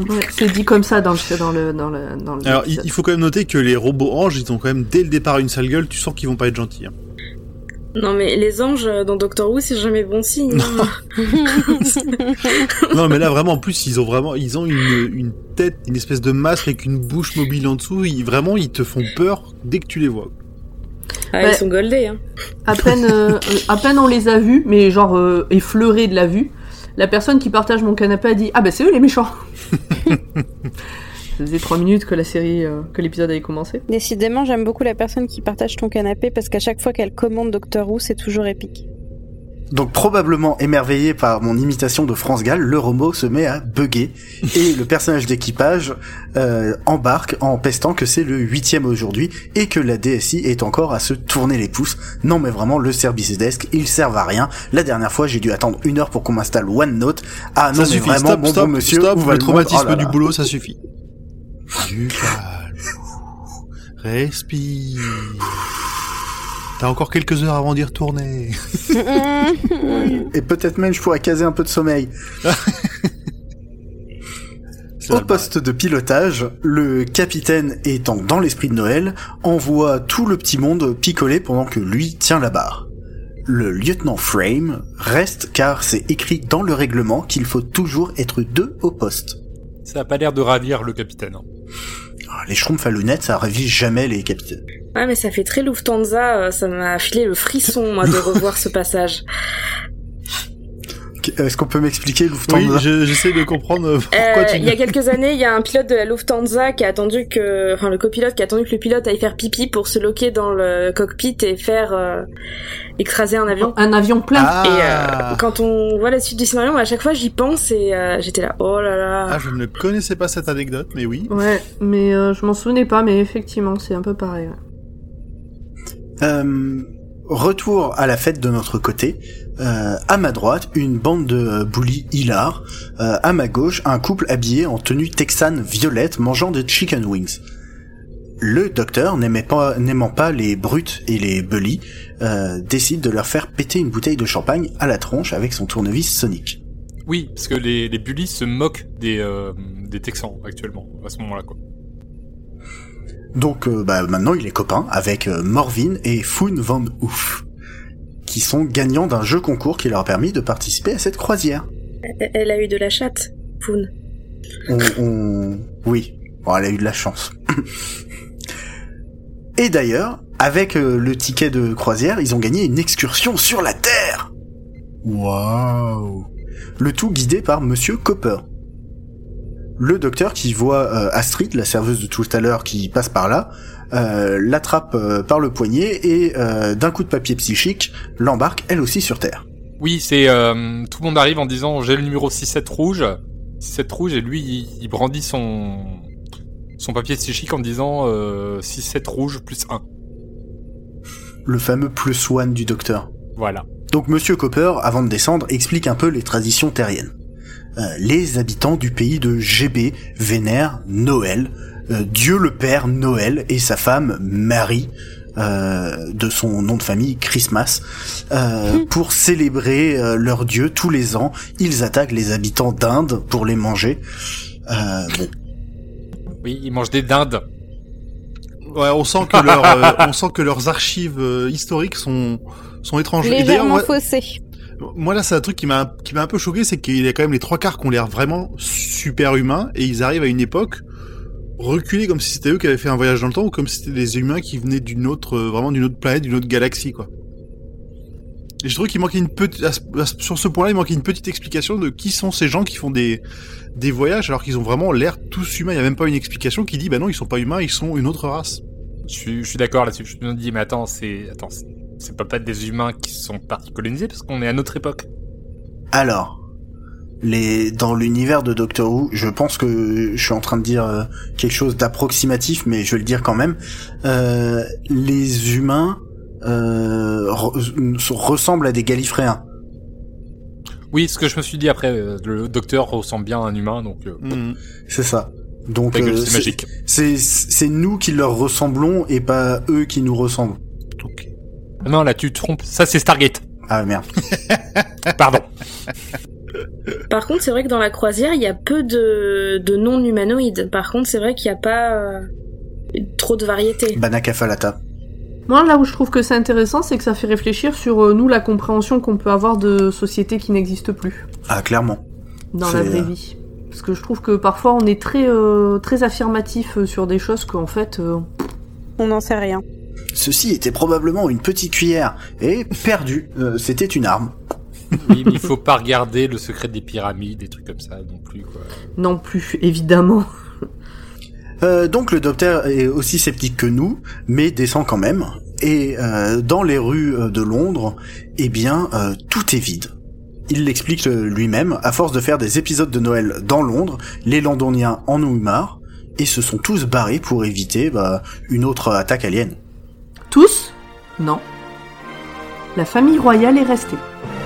Ouais, c'est dit comme ça dans le... Dans le, dans le, dans le Alors, il, il faut quand même noter que les robots anges, ils ont quand même dès le départ une sale gueule, tu sens qu'ils vont pas être gentils. Hein. Non mais les anges dans Doctor Who c'est jamais bon signe. Non. Non mais là vraiment en plus ils ont vraiment ils ont une une tête, une espèce de masque avec une bouche mobile en dessous, ils, vraiment ils te font peur dès que tu les vois. Ah bah, ils sont goldés hein. À peine euh, à peine on les a vus mais genre euh, effleurés de la vue. La personne qui partage mon canapé a dit "Ah bah c'est eux les méchants." Ça faisait trois minutes que la série, euh, que l'épisode avait commencé. Décidément, j'aime beaucoup la personne qui partage ton canapé parce qu'à chaque fois qu'elle commande Doctor Who, c'est toujours épique. Donc probablement émerveillé par mon imitation de France Gall, le robot se met à bugger et le personnage d'équipage euh, embarque en pestant que c'est le huitième aujourd'hui et que la D S I est encore à se tourner les pouces. Non mais vraiment le service desk, ils servent à rien. La dernière fois j'ai dû attendre une heure pour qu'on m'installe OneNote. Ah non ça mais suffit, vraiment stop, bon, stop, bon monsieur, stop, où va le traumatisme oh là là. du boulot ça suffit. Du calme. Respire. T'as encore quelques heures avant d'y retourner. Et peut-être même je pourrais caser un peu de sommeil. Au poste de pilotage, le capitaine étant dans l'esprit de Noël, envoie tout le petit monde picoler pendant que lui tient la barre. Le lieutenant Frame reste car c'est écrit dans le règlement qu'il faut toujours être deux au poste. Ça a pas l'air de ravir le capitaine. Les schtroumpfs à lunettes, ça ravit jamais les capitaines. Ouais, mais ça fait très Lufthansa, ça m'a filé le frisson, moi, de revoir ce passage. Est-ce qu'on peut m'expliquer Lufthansa ? Oui, je, j'essaie de comprendre pourquoi euh, tu... Il y a quelques années, il y a un pilote de la Lufthansa qui a attendu que... Enfin, le copilote qui a attendu que le pilote aille faire pipi pour se loquer dans le cockpit et faire euh, écraser un avion. Un avion plein. Ah. Et euh, quand on voit la suite du scénario, à chaque fois, j'y pense et euh, j'étais là, oh là là. Ah, je ne connaissais pas cette anecdote, mais oui. Ouais, mais euh, je m'en souvenais pas, mais effectivement, c'est un peu pareil. Ouais. Euh... Retour à la fête de notre côté. Euh, à ma droite, une bande de bullies hilars. Euh, à ma gauche, un couple habillé en tenue texane violette mangeant des chicken wings. Le docteur, n'aimait pas, n'aimant pas les brutes et les bullies, euh, décide de leur faire péter une bouteille de champagne à la tronche avec son tournevis sonique. Oui, parce que les, les bullies se moquent des, euh, des Texans actuellement, à ce moment-là, quoi. Donc euh, bah, maintenant il est copain avec euh, Morvin et Foon Van Hoof, qui sont gagnants d'un jeu concours qui leur a permis de participer à cette croisière. Elle a eu de la chatte, Foon. On, on... Oui, bon, elle a eu de la chance. Et d'ailleurs, avec euh, le ticket de croisière, ils ont gagné une excursion sur la Terre. Waouh. Le tout guidé par Monsieur Copper. Le docteur qui voit euh, Astrid, la serveuse de tout à l'heure qui passe par là, euh, l'attrape euh, par le poignet et euh, d'un coup de papier psychique, l'embarque elle aussi sur Terre. Oui, c'est euh, tout le monde arrive en disant j'ai le numéro six sept rouge, six sept rouge et lui il, il brandit son son papier psychique en disant euh, six sept rouge plus un. Le fameux plus one du docteur. Voilà. Donc Monsieur Copper, avant de descendre, explique un peu les traditions terriennes. Euh, les habitants du pays de G B vénèrent Noël, euh, Dieu le Père Noël et sa femme Marie, euh, de son nom de famille, Christmas, euh, mmh. pour célébrer euh, leur dieu tous les ans. Ils attaquent les habitants d'Inde pour les manger. Euh, bon. Oui, ils mangent des dindes. Ouais, on sent que leur, euh, on sent que leurs archives euh, historiques sont sont étranges. Légèrement faussées. Moi là, c'est un truc qui m'a qui m'a un peu choqué, c'est qu'il y a quand même les trois quarts qui ont l'air vraiment super humains et ils arrivent à une époque reculée comme si c'était eux qui avaient fait un voyage dans le temps ou comme si c'était des humains qui venaient d'une autre, euh, vraiment d'une autre planète, d'une autre galaxie, quoi. Et je trouve qu'il manquait une petite, sur ce point-là, il manquait une petite explication de qui sont ces gens qui font des des voyages alors qu'ils ont vraiment l'air tous humains. Il y a même pas une explication qui dit bah non, ils sont pas humains, ils sont une autre race. Je suis, je suis d'accord là-dessus. Je me dis mais attends, c'est, attends, c'est, c'est pas pas des humains qui sont partis coloniser parce qu'on est à notre époque. Alors, les dans l'univers de Doctor Who, je pense que je suis en train de dire euh, quelque chose d'approximatif, mais je vais le dire quand même. Euh, les humains euh, re- ressemblent à des Gallifréens. Oui, ce que je me suis dit après, euh, le docteur ressemble bien à un humain, donc... Euh, mmh. C'est ça. Donc, euh, c'est, c'est magique. C'est, c'est nous qui leur ressemblons et pas eux qui nous ressemblent. Okay. Non, là, tu te trompes. Ça, c'est Stargate. Ah, merde. Pardon. Par contre, c'est vrai que dans la croisière, il y a peu de, de non-humanoïdes. Par contre, c'est vrai qu'il n'y a pas euh, trop de variété. Banaka Falata. Moi, là où je trouve que c'est intéressant, c'est que ça fait réfléchir sur, euh, nous, la compréhension qu'on peut avoir de sociétés qui n'existent plus. Ah, clairement. Dans c'est... la vraie vie. Parce que je trouve que parfois, on est très, euh, très affirmatif sur des choses qu'en fait... Euh... On n'en sait rien. Ceci était probablement une petite cuillère, et perdu. Euh, c'était une arme. Oui, mais il faut pas regarder le secret des pyramides, des trucs comme ça non plus, quoi. Non plus, évidemment. Euh, donc le docteur est aussi sceptique que nous, mais descend quand même. Et euh, dans les rues de Londres, eh bien, euh, tout est vide. Il l'explique lui-même, à force de faire des épisodes de Noël dans Londres, les Londoniens en ont eu marre, et se sont tous barrés pour éviter bah, une autre attaque alien. Tous ? Non. La famille royale est restée.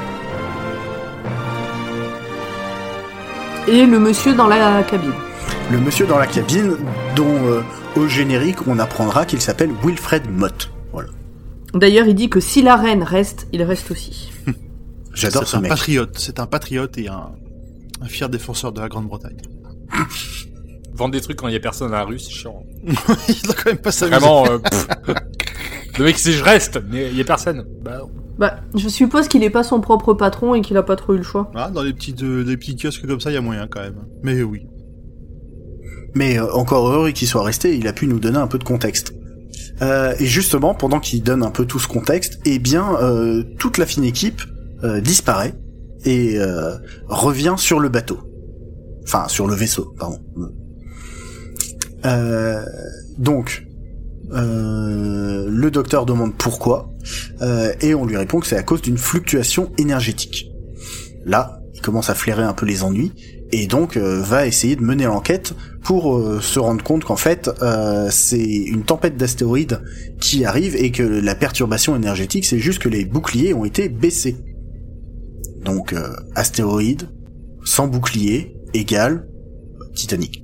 Et le monsieur dans la cabine. Le monsieur dans la cabine, dont euh, au générique on apprendra qu'il s'appelle Wilfred Mott. Voilà. D'ailleurs, il dit que si la reine reste, il reste aussi. J'adore c'est ce un mec. Patriote, c'est un patriote et un, un fier défenseur de la Grande-Bretagne. Vendre des trucs quand il y a personne à la rue, c'est chiant. Il a quand même pas s'amuser. Vraiment, euh, le mec c'est je reste, mais il y a personne. Bah, bah, je suppose qu'il est pas son propre patron et qu'il a pas trop eu le choix. Ah, dans les petits, euh, des petits kiosques comme ça, il y a moyen quand même. Mais oui. Mais euh, encore heureux qu'il soit resté, il a pu nous donner un peu de contexte. Euh, et justement, pendant qu'il donne un peu tout ce contexte, eh bien, euh, toute la fine équipe euh, disparaît et euh, revient sur le bateau. Enfin, sur le vaisseau, pardon. Euh, donc, euh, le docteur demande pourquoi, euh, et on lui répond que c'est à cause d'une fluctuation énergétique. Là, il commence à flairer un peu les ennuis, et donc euh, va essayer de mener l'enquête pour euh, se rendre compte qu'en fait euh, c'est une tempête d'astéroïdes qui arrive et que la perturbation énergétique c'est juste que les boucliers ont été baissés. Donc euh, astéroïde sans bouclier égale Titanic.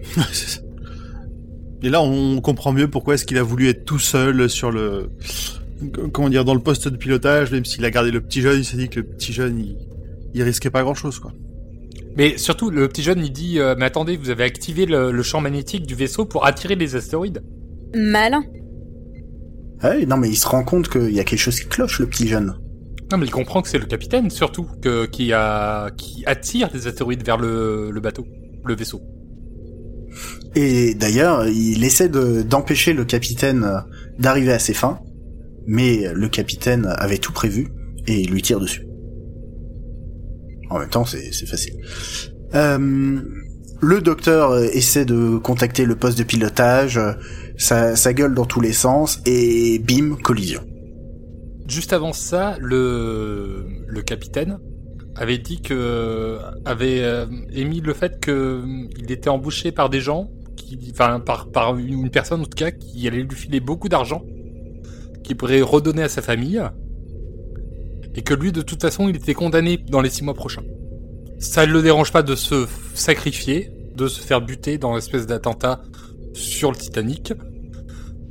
Et là on comprend mieux pourquoi est-ce qu'il a voulu être tout seul sur le, comment dire, dans le poste de pilotage, même s'il a gardé le petit jeune, il s'est dit que le petit jeune il, il risquait pas grand chose quoi. Mais surtout, le petit jeune, il dit euh, « Mais attendez, vous avez activé le, le champ magnétique du vaisseau pour attirer les astéroïdes. » Malin. Ouais, non mais il se rend compte qu'il y a quelque chose qui cloche, le petit jeune. Non, mais il comprend que c'est le capitaine, surtout, que, qui, a, qui attire les astéroïdes vers le, le bateau, le vaisseau. Et d'ailleurs, il essaie de, d'empêcher le capitaine d'arriver à ses fins, mais le capitaine avait tout prévu et lui tire dessus. En même temps, c'est, c'est facile. Euh, le docteur essaie de contacter le poste de pilotage, ça, ça gueule dans tous les sens, et bim, collision. Juste avant ça, le, le capitaine avait dit que, avait euh, émis le fait que il était embauché par des gens, qui, enfin, par, par une personne en tout cas, qui allait lui filer beaucoup d'argent, qu'il pourrait redonner à sa famille, et que lui, de toute façon, il était condamné dans les six mois prochains. Ça ne le dérange pas de se sacrifier, de se faire buter dans l'espèce d'attentat sur le Titanic,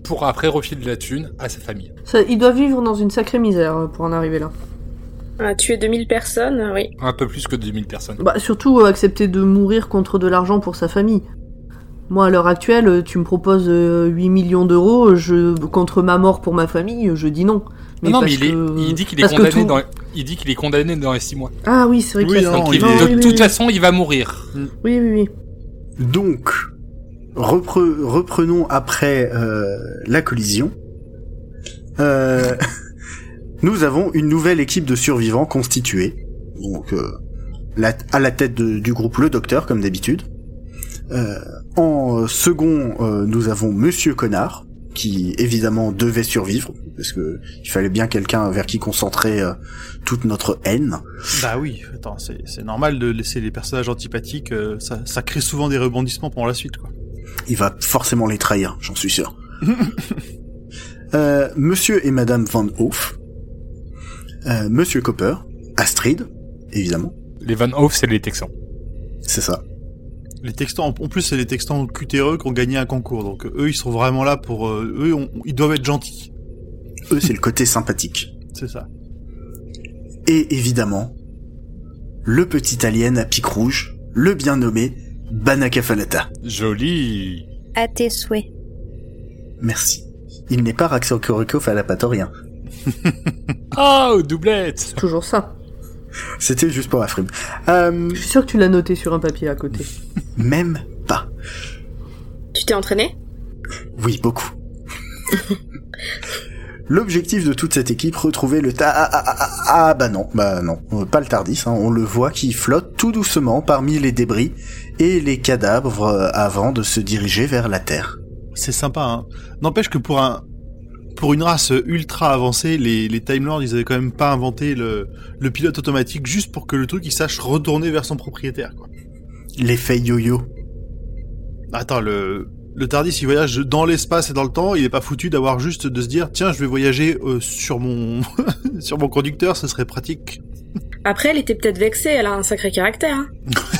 pour après refiler de la thune à sa famille. Ça, il doit vivre dans une sacrée misère pour en arriver là. Ah, tuer deux mille personnes, oui. Un peu plus que deux mille personnes. Bah, surtout euh, accepter de mourir contre de l'argent pour sa famille. Moi, à l'heure actuelle, tu me proposes euh, huit millions d'euros je, contre ma mort pour ma famille, je dis non. Mais non, mais il, que... est, il dit qu'il est condamné tout... dans, il dit qu'il est condamné dans les six mois. Ah oui, c'est vrai oui, qu'il y a non, Donc, il il, est... de oui, oui, toute oui. façon, il va mourir. Oui, oui, oui. Donc, repre- reprenons après euh, la collision. Euh, nous avons une nouvelle équipe de survivants constituée. Donc, euh, la, à la tête de, du groupe le Docteur, comme d'habitude. Euh, en second, euh, nous avons Monsieur Connard, qui évidemment devait survivre, parce que il fallait bien quelqu'un vers qui concentrer euh, toute notre haine. Bah oui, attends, c'est, c'est normal de laisser les personnages antipathiques, euh, ça, ça crée souvent des rebondissements pour la suite, quoi. Il va forcément les trahir, j'en suis sûr. euh, Monsieur et Madame Van Hoof, euh, Monsieur Copper, Astrid, évidemment. Les Van Hoof, c'est les Texans. C'est ça. Les textans, en plus, c'est les textans Q T R E qui ont gagné un concours, donc eux, ils sont vraiment là pour... Euh, eux, on, ils doivent être gentils. Eux, c'est le côté sympathique. C'est ça. Et évidemment, le petit alien à pic rouge, le bien nommé Banaka Fanata. Joli. À tes souhaits. Merci. Il n'est pas Raxocorrico Falapatorien. Oh, doublette. C'est toujours ça. C'était juste pour la frime. Euh, Je suis sûr que tu l'as noté sur un papier à côté. même pas. Tu t'es entraîné? Oui, beaucoup. L'objectif de toute cette équipe, retrouver le ta... Ah, ah, ah, ah bah non, bah non, pas le Tardis, hein. On le voit qui flotte tout doucement parmi les débris et les cadavres euh, avant de se diriger vers la Terre. C'est sympa, hein. N'empêche que pour un... Pour une race ultra avancée, les, les Time Lords, ils avaient quand même pas inventé le, le pilote automatique juste pour que le truc, il sache retourner vers son propriétaire, quoi. L'effet yo-yo. Attends, le... Le Tardis, il voyage dans l'espace et dans le temps, il est pas foutu d'avoir juste de se dire, tiens, je vais voyager euh, sur mon sur mon conducteur, ce serait pratique. Après, elle était peut-être vexée, elle a un sacré caractère. Hein.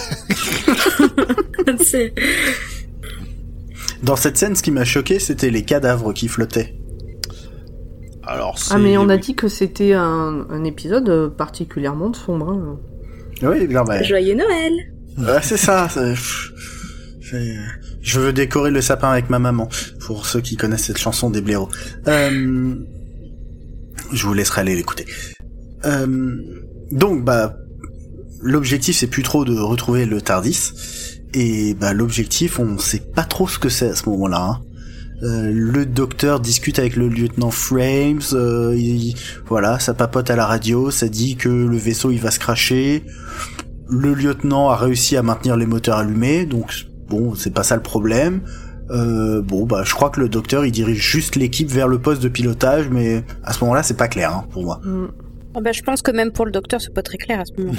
C'est... Dans cette scène, ce qui m'a choqué, c'était les cadavres qui flottaient. Alors, c'est... Ah mais on a dit que c'était un, un épisode particulièrement sombre. Hein. Oui, non, bah... Joyeux Noël. Ouais, c'est ça. C'est... c'est... Je veux décorer le sapin avec ma maman, pour ceux qui connaissent cette chanson des blaireaux. Euh... Je vous laisserai aller l'écouter. Euh... Donc, bah, l'objectif, c'est plus trop de retrouver le Tardis, et bah, l'objectif, on sait pas trop ce que c'est à ce moment-là. Hein. Euh, le docteur discute avec le lieutenant Frames, euh, il... voilà, ça papote à la radio, ça dit que le vaisseau, il va se crasher. Le lieutenant a réussi à maintenir les moteurs allumés, donc... Bon, c'est pas ça le problème. Euh, bon, bah, je crois que le docteur, il dirige juste l'équipe vers le poste de pilotage, mais à ce moment-là, c'est pas clair, hein, pour moi. Mm. Oh bah, je pense que même pour le docteur, c'est pas très clair à ce moment-là.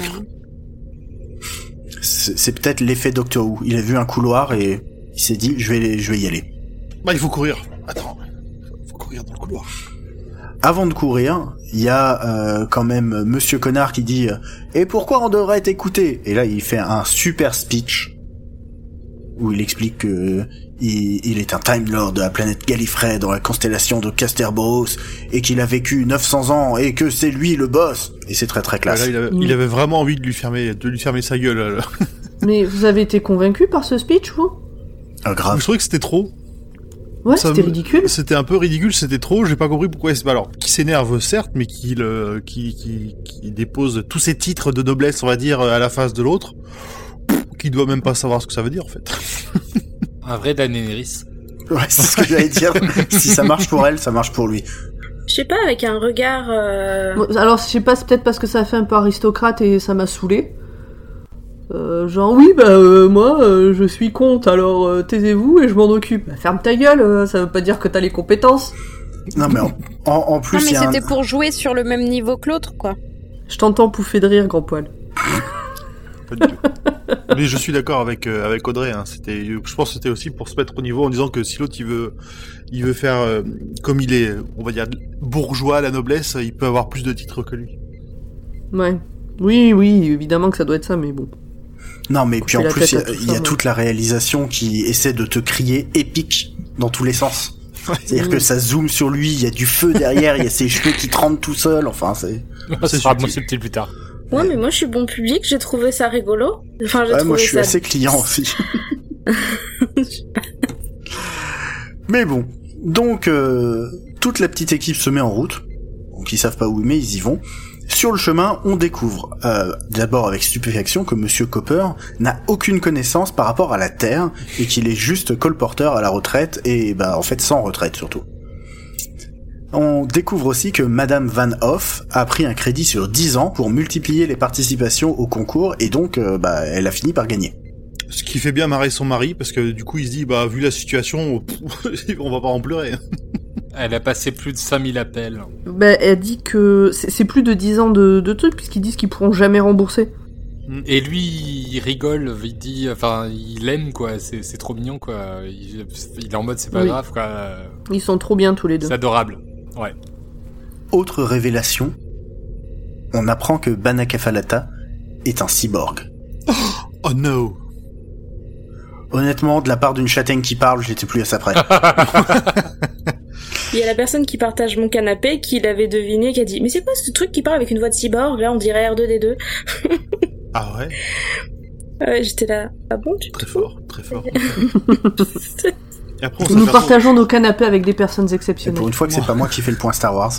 C'est, c'est peut-être l'effet Doctor Who. Il a vu un couloir et il s'est dit, je vais, je vais y aller. Bah, il faut courir. Attends. Il faut courir dans le couloir. Avant de courir, il y a euh, quand même Monsieur Connard qui dit « Et pourquoi on devrait t'écouter ?» Et là, il fait un super speech où il explique que il, il est un Time Lord de la planète Gallifrey dans la constellation de Casterboros et qu'il a vécu neuf cents ans et que c'est lui le boss. Et c'est très très classe. Là, il, avait, il avait vraiment envie de lui fermer, de lui fermer sa gueule. Là. Mais vous avez été convaincu par ce speech, vous? Ah, grave. Je trouvais que c'était trop. Ouais, Ça c'était me... ridicule. C'était un peu ridicule, c'était trop. J'ai pas compris pourquoi. Alors, qui s'énerve certes, mais qui, le... qui, qui, qui dépose tous ses titres de noblesse, on va dire, à la face de l'autre. Qui doit même pas savoir ce que ça veut dire en fait. Un vrai Daenerys. Ouais, c'est ce que j'allais dire. Si ça marche pour elle, ça marche pour lui. Je sais pas, avec un regard... Euh... Bon, alors, je sais pas, c'est peut-être parce que ça fait un peu aristocrate et ça m'a saoulé. Euh, genre, oui, bah, euh, moi, euh, je suis comte, alors euh, taisez-vous et je m'en occupe. Bah, ferme ta gueule, euh, ça veut pas dire que t'as les compétences. Non, mais en, en, en plus, Non, mais il y a c'était un... pour jouer sur le même niveau que l'autre, quoi. Je t'entends pouffer de rire, grand poil. Pas du tout. Mais je suis d'accord avec euh, avec Audrey. Hein. C'était, je pense que c'était aussi pour se mettre au niveau en disant que si l'autre il veut, il veut faire euh, comme il est, on va dire bourgeois, la noblesse, il peut avoir plus de titres que lui. Ouais. Oui, oui, évidemment que ça doit être ça, mais bon. Non, mais puis en la plus, il y a, tête à tout il y a ça, toute la réalisation qui essaie de te crier épique dans tous les sens. C'est-à-dire que ça zoome sur lui, il y a du feu derrière, il y a ses cheveux qui tremblent tout seuls, enfin c'est... Ça sera moins subtil plus tard. Ouais, mais moi je suis bon public, j'ai trouvé ça rigolo. Enfin, j'ai ouais, trouvé moi je suis ça... assez client aussi. Mais bon, donc euh, toute la petite équipe se met en route. Donc ils savent pas où, mais ils y vont. Sur le chemin, on découvre, euh, d'abord avec stupéfaction, que Monsieur Copper n'a aucune connaissance par rapport à la Terre et qu'il est juste colporteur à la retraite et bah en fait sans retraite surtout. On découvre aussi que Madame Van Hoff a pris un crédit sur dix ans pour multiplier les participations au concours et donc euh, bah elle a fini par gagner. Ce qui fait bien marrer son mari parce que du coup il se dit bah vu la situation on va pas en pleurer. Elle a passé plus de cinq mille appels. Bah, elle dit que c'est, c'est plus de dix ans de, de trucs, puisqu'ils disent qu'ils pourront jamais rembourser. Et lui, il rigole, il dit, enfin, il aime, quoi, c'est, c'est trop mignon, quoi. Il, il est en mode, c'est pas oui. grave, quoi. Ils sont trop bien tous les deux. C'est adorable, ouais. Autre révélation, on apprend que Banakafalata est un cyborg. Oh no. Honnêtement, de la part d'une châtaigne qui parle, j'étais plus à ça près. Il y a la personne qui partage mon canapé qui l'avait deviné, qui a dit « Mais c'est quoi ce truc qui parle avec une voix de cyborg ? Là, on dirait R deux D deux. » Ah ouais. Ouais, j'étais là. Ah bon, tu Très trouves fort, très fort. Et après, on Nous s'aperçoit- partageons nos canapés avec des personnes Et exceptionnelles. pour une fois que c'est pas moi qui fais le point Star Wars.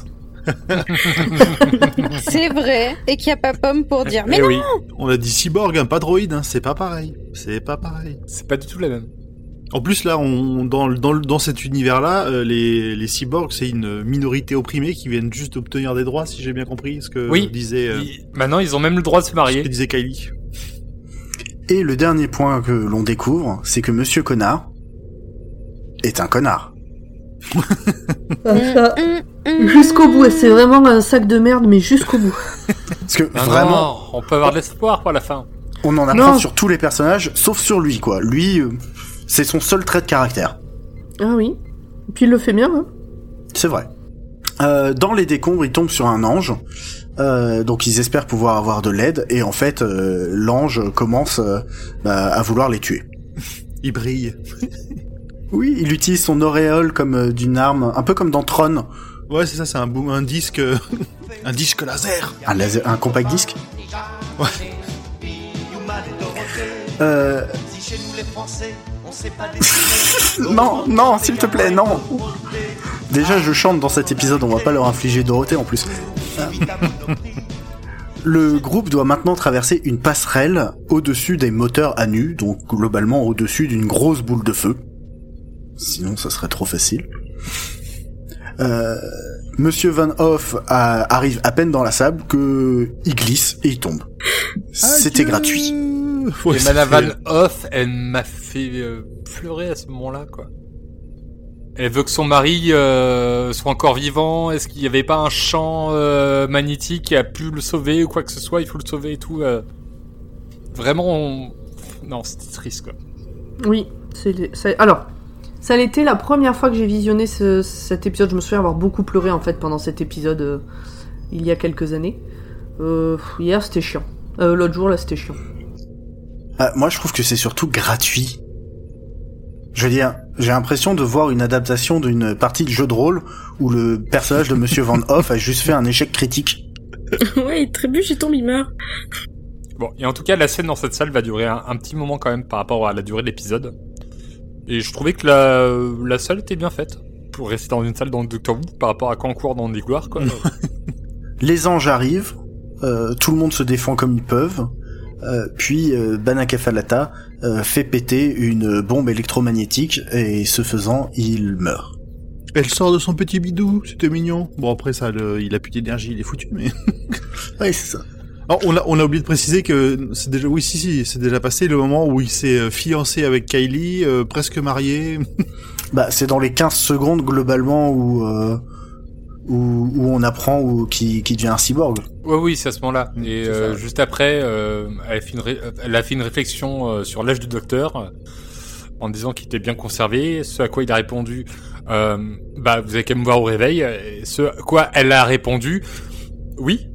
C'est vrai. Et qu'il n'y a pas Pomme pour dire « Mais Eh non !» oui, On a dit cyborg, hein, pas droïde, hein, c'est pas pareil. C'est pas pareil. c'est pas du tout la même. En plus là, on, dans, dans, dans cet univers-là, euh, les, les cyborgs, c'est une minorité opprimée qui viennent juste d'obtenir des droits, si j'ai bien compris ce que Oui. disait, euh, Ils- Maintenant, ils ont même le droit de se ce marier. que disait Kylie. Et le dernier point que l'on découvre, c'est que Monsieur Connard est un connard. Ah, ça, Hum, hum. jusqu'au bout, c'est vraiment un sac de merde, mais jusqu'au bout. Parce que Non, vraiment, non, on peut avoir de l'espoir pour la fin. on en apprend Non. sur tous les personnages, sauf sur lui, quoi. Lui, euh, c'est son seul trait de caractère. Ah oui. Et puis il le fait bien, hein. C'est vrai. Euh, dans les décombres, ils tombent sur un ange. Euh, donc ils espèrent pouvoir avoir de l'aide. Et en fait, euh, l'ange commence euh, bah, à vouloir les tuer. Il brille. Oui, il utilise son auréole comme euh, d'une arme, un peu comme dans Tron. Ouais, c'est ça, c'est un, boom, un disque, euh, un disque laser. Un, laser, un compact disque. Ouais. Euh... non, non, s'il te plaît, non. Déjà, je chante dans cet épisode, on va pas leur infliger Dorothée en plus. Le groupe doit maintenant traverser une passerelle au-dessus des moteurs à nu, donc globalement au-dessus d'une grosse boule de feu. Sinon, ça serait trop facile. Euh, Monsieur Van Hoff a- arrive à peine dans la sable que il glisse et il tombe. C'était Adieu. gratuit. Ouais, Et ça Madame fait- Van Hoff, elle m'a fait euh, pleurer à ce moment-là, quoi. Elle veut que son mari euh, soit encore vivant. Est-ce qu'il n'y avait pas un champ euh, magnétique qui a pu le sauver ou quoi que ce soit? Il faut le sauver et tout. euh. Vraiment, on... non, c'était triste, quoi. Oui, c'est, c'est... alors, ça l'était la première fois que j'ai visionné ce, cet épisode. Je me souviens avoir beaucoup pleuré en fait pendant cet épisode euh, il y a quelques années. Euh, hier c'était chiant. Euh, l'autre jour là c'était chiant. Ah, moi, je trouve que c'est surtout gratuit. Je veux dire, j'ai l'impression de voir une adaptation d'une partie de jeu de rôle où le personnage de Monsieur Van Hoff a juste fait un échec critique. Ouais, il trébuche, il tombe, il meurt. Bon, et en tout cas, la scène dans cette salle va durer un, un petit moment quand même par rapport à la durée de l'épisode. Et je trouvais que la, la salle était bien faite pour rester dans une salle dans le Doctor Who par rapport à quand on court dans des gloires, quoi. Les anges arrivent, euh, tout le monde se défend comme ils peuvent, euh, puis euh, Banakafalata euh, fait péter une bombe électromagnétique et ce faisant, il meurt. Elle sort de son petit bidou, c'était mignon. Bon après ça, le, il a plus d'énergie, il est foutu. Mais Ouais, c'est ça. alors, on a on a oublié de préciser que c'est déjà, oui si si, c'est déjà passé le moment où il s'est euh, fiancé avec Kylie, euh, presque marié. Bah, c'est dans les quinze secondes globalement où euh, où, où on apprend où, qu'il, qu'il devient un cyborg. Ouais, oui, c'est à ce moment-là. Mmh, Et c'est euh, ça. juste après, euh, elle, a fait une ré- elle a fait une réflexion euh, sur l'âge du docteur, euh, en disant qu'il était bien conservé, ce à quoi il a répondu euh, bah vous avez qu'à me voir au réveil, et ce à quoi elle a répondu oui.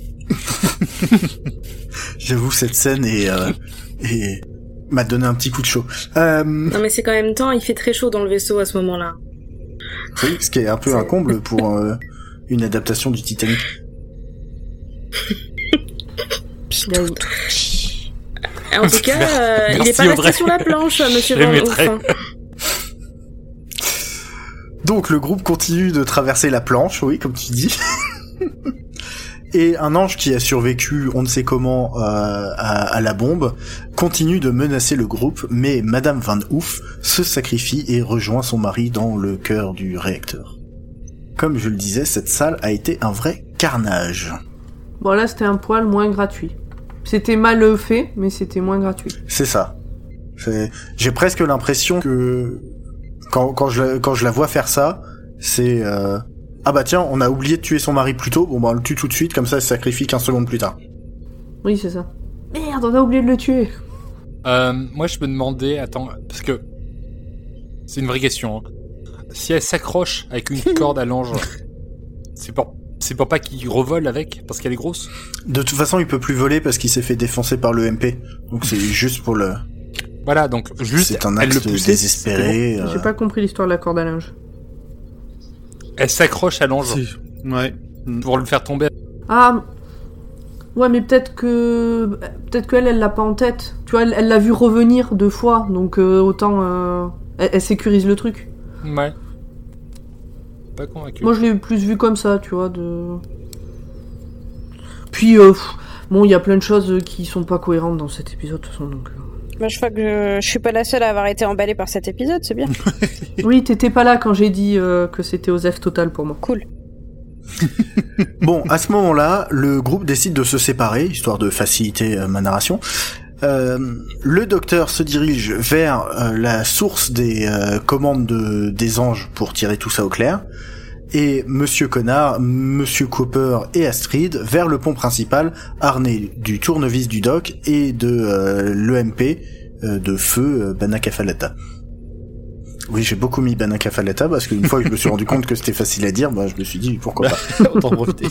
J'avoue, cette scène est, euh, est m'a donné un petit coup de chaud. Euh, Non mais c'est quand même temps, il fait très chaud dans le vaisseau à ce moment-là. Oui, ce qui est un peu un comble pour euh, une adaptation du Titanic. En tout cas, euh, il est pas resté sur la planche, monsieur Van Ouf. Donc le groupe continue de traverser la planche, oui, comme tu dis. Et un ange qui a survécu, on ne sait comment, euh, à, à la bombe, continue de menacer le groupe, mais Madame Van Ouf se sacrifie et rejoint son mari dans le cœur du réacteur. Comme je le disais, cette salle a été un vrai carnage. Bon là, c'était un poil moins gratuit. C'était mal fait, mais c'était moins gratuit. C'est ça. C'est... J'ai presque l'impression que quand, quand, je, quand je la vois faire ça, c'est... Euh... Ah bah tiens, on a oublié de tuer son mari plus tôt, bon bah on le tue tout de suite, comme ça elle se sacrifie quinze secondes plus tard. Oui, c'est ça. Merde, on a oublié de le tuer. Euh, moi je me demandais, attends, parce que c'est une vraie question. Hein. Si elle s'accroche avec une corde à l'ange, c'est pour, c'est pour pas qu'il revole avec, parce qu'elle est grosse. De toute façon, il peut plus voler parce qu'il s'est fait défoncer par le M P. Donc c'est juste pour le... Voilà, donc juste... C'est un acte elle le poussait, désespéré. Bon. Euh... J'ai pas compris l'histoire de la corde à linge. Elle s'accroche à l'ange. Si. Ouais. Pour le faire tomber. Ah... Ouais, mais peut-être que... Peut-être qu'elle, elle l'a pas en tête. Tu vois, elle, elle l'a vu revenir deux fois, donc euh, autant... Euh... Elle, elle sécurise le truc. Ouais. Pas convaincu. Moi, je l'ai plus vu comme ça, tu vois, de... Puis, euh, pff, bon, il y a plein de choses qui sont pas cohérentes dans cet épisode, de toute façon, donc... Euh... Bah, je crois que je... je suis pas la seule à avoir été emballée par cet épisode, c'est bien. Oui, t'étais pas là quand j'ai dit euh, que c'était Osef total pour moi. Cool. Bon, à ce moment-là, le groupe décide de se séparer, histoire de faciliter euh, ma narration. Euh, le docteur se dirige vers euh, la source des euh, commandes de, des anges pour tirer tout ça au clair. Et Monsieur Connard, Monsieur Cooper et Astrid vers le pont principal, armés du tournevis du doc et de euh, l'E M P euh, de feu euh, Banacafalata. Oui, j'ai beaucoup mis Banacafalata parce qu'une fois que je me suis rendu compte que c'était facile à dire, bah je me suis dit pourquoi pas. Autant profiter.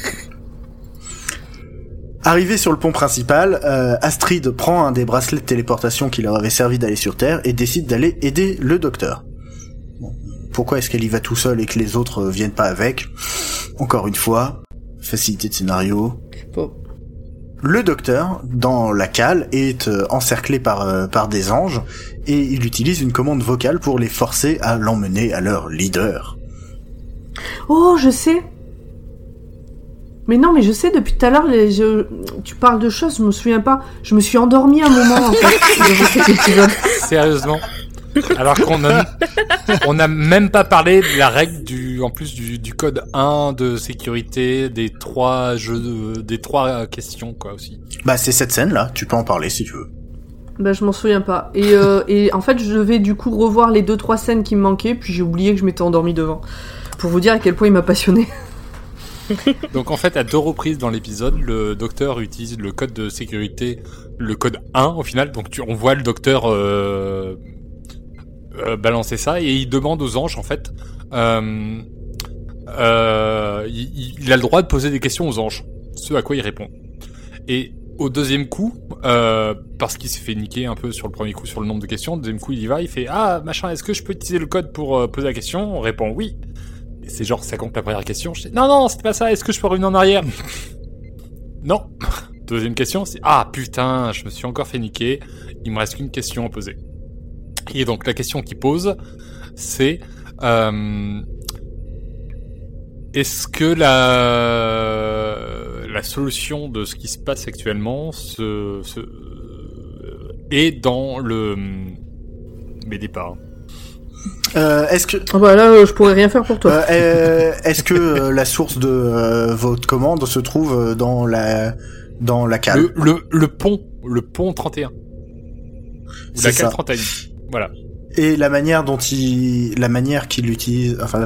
Arrivé sur le pont principal, euh, Astrid prend un des bracelets de téléportation qui leur avait servi d'aller sur Terre et décide d'aller aider le docteur. Bon. Pourquoi est-ce qu'elle y va tout seul et que les autres euh, viennent pas avec ? Encore une fois, facilité de scénario. Bon. Le docteur, dans la cale, est euh, encerclé par, euh, par des anges et il utilise une commande vocale pour les forcer à l'emmener à leur leader. Oh, je sais. Mais non, mais je sais, depuis tout à l'heure, les, je, tu parles de choses, je me souviens pas. Je me suis endormie un moment, en fait, devant cet épisode. Sérieusement ? Alors qu'on a, on a même pas parlé de la règle du, en plus du, du code un de sécurité, des trois jeux, de, des trois questions, quoi, aussi. Bah, c'est cette scène-là, tu peux en parler si tu veux. Bah, je m'en souviens pas. Et, euh, et en fait, je devais du coup revoir les deux, trois scènes qui me manquaient, puis j'ai oublié que je m'étais endormie devant. Pour vous dire à quel point il m'a passionné. Donc en fait, à deux reprises dans l'épisode, le docteur utilise le code de sécurité, le code un au final. Donc tu, on voit le docteur euh, euh, balancer ça et il demande aux anges en fait. Euh, euh, il, il a le droit de poser des questions aux anges, ce à quoi il répond. Et au deuxième coup, euh, parce qu'il s'est fait niquer un peu sur le premier coup sur le nombre de questions, au deuxième coup il y va, il fait ah machin, est-ce que je peux utiliser le code pour euh, poser la question ? On répond oui. C'est genre, ça compte la première question. Je dis, non, non, c'est pas ça. Est-ce que je peux revenir en arrière ? Non. Deuxième question, c'est, ah, putain, je me suis encore fait niquer. Il me reste qu'une question à poser. Et donc, la question qu'il pose, c'est, euh, est-ce que la, la solution de ce qui se passe actuellement se, se, est dans le, mes départs? Euh, est-ce que ah bah là, euh, je pourrais rien faire pour toi. Euh, euh, est-ce que euh, la source de euh, votre commande se trouve dans la dans la cale ? Le, le, le pont, le pont trente et un. Ou C'est la cale ça. trente et un. Voilà. Et la manière dont il, la manière qu'il utilise, enfin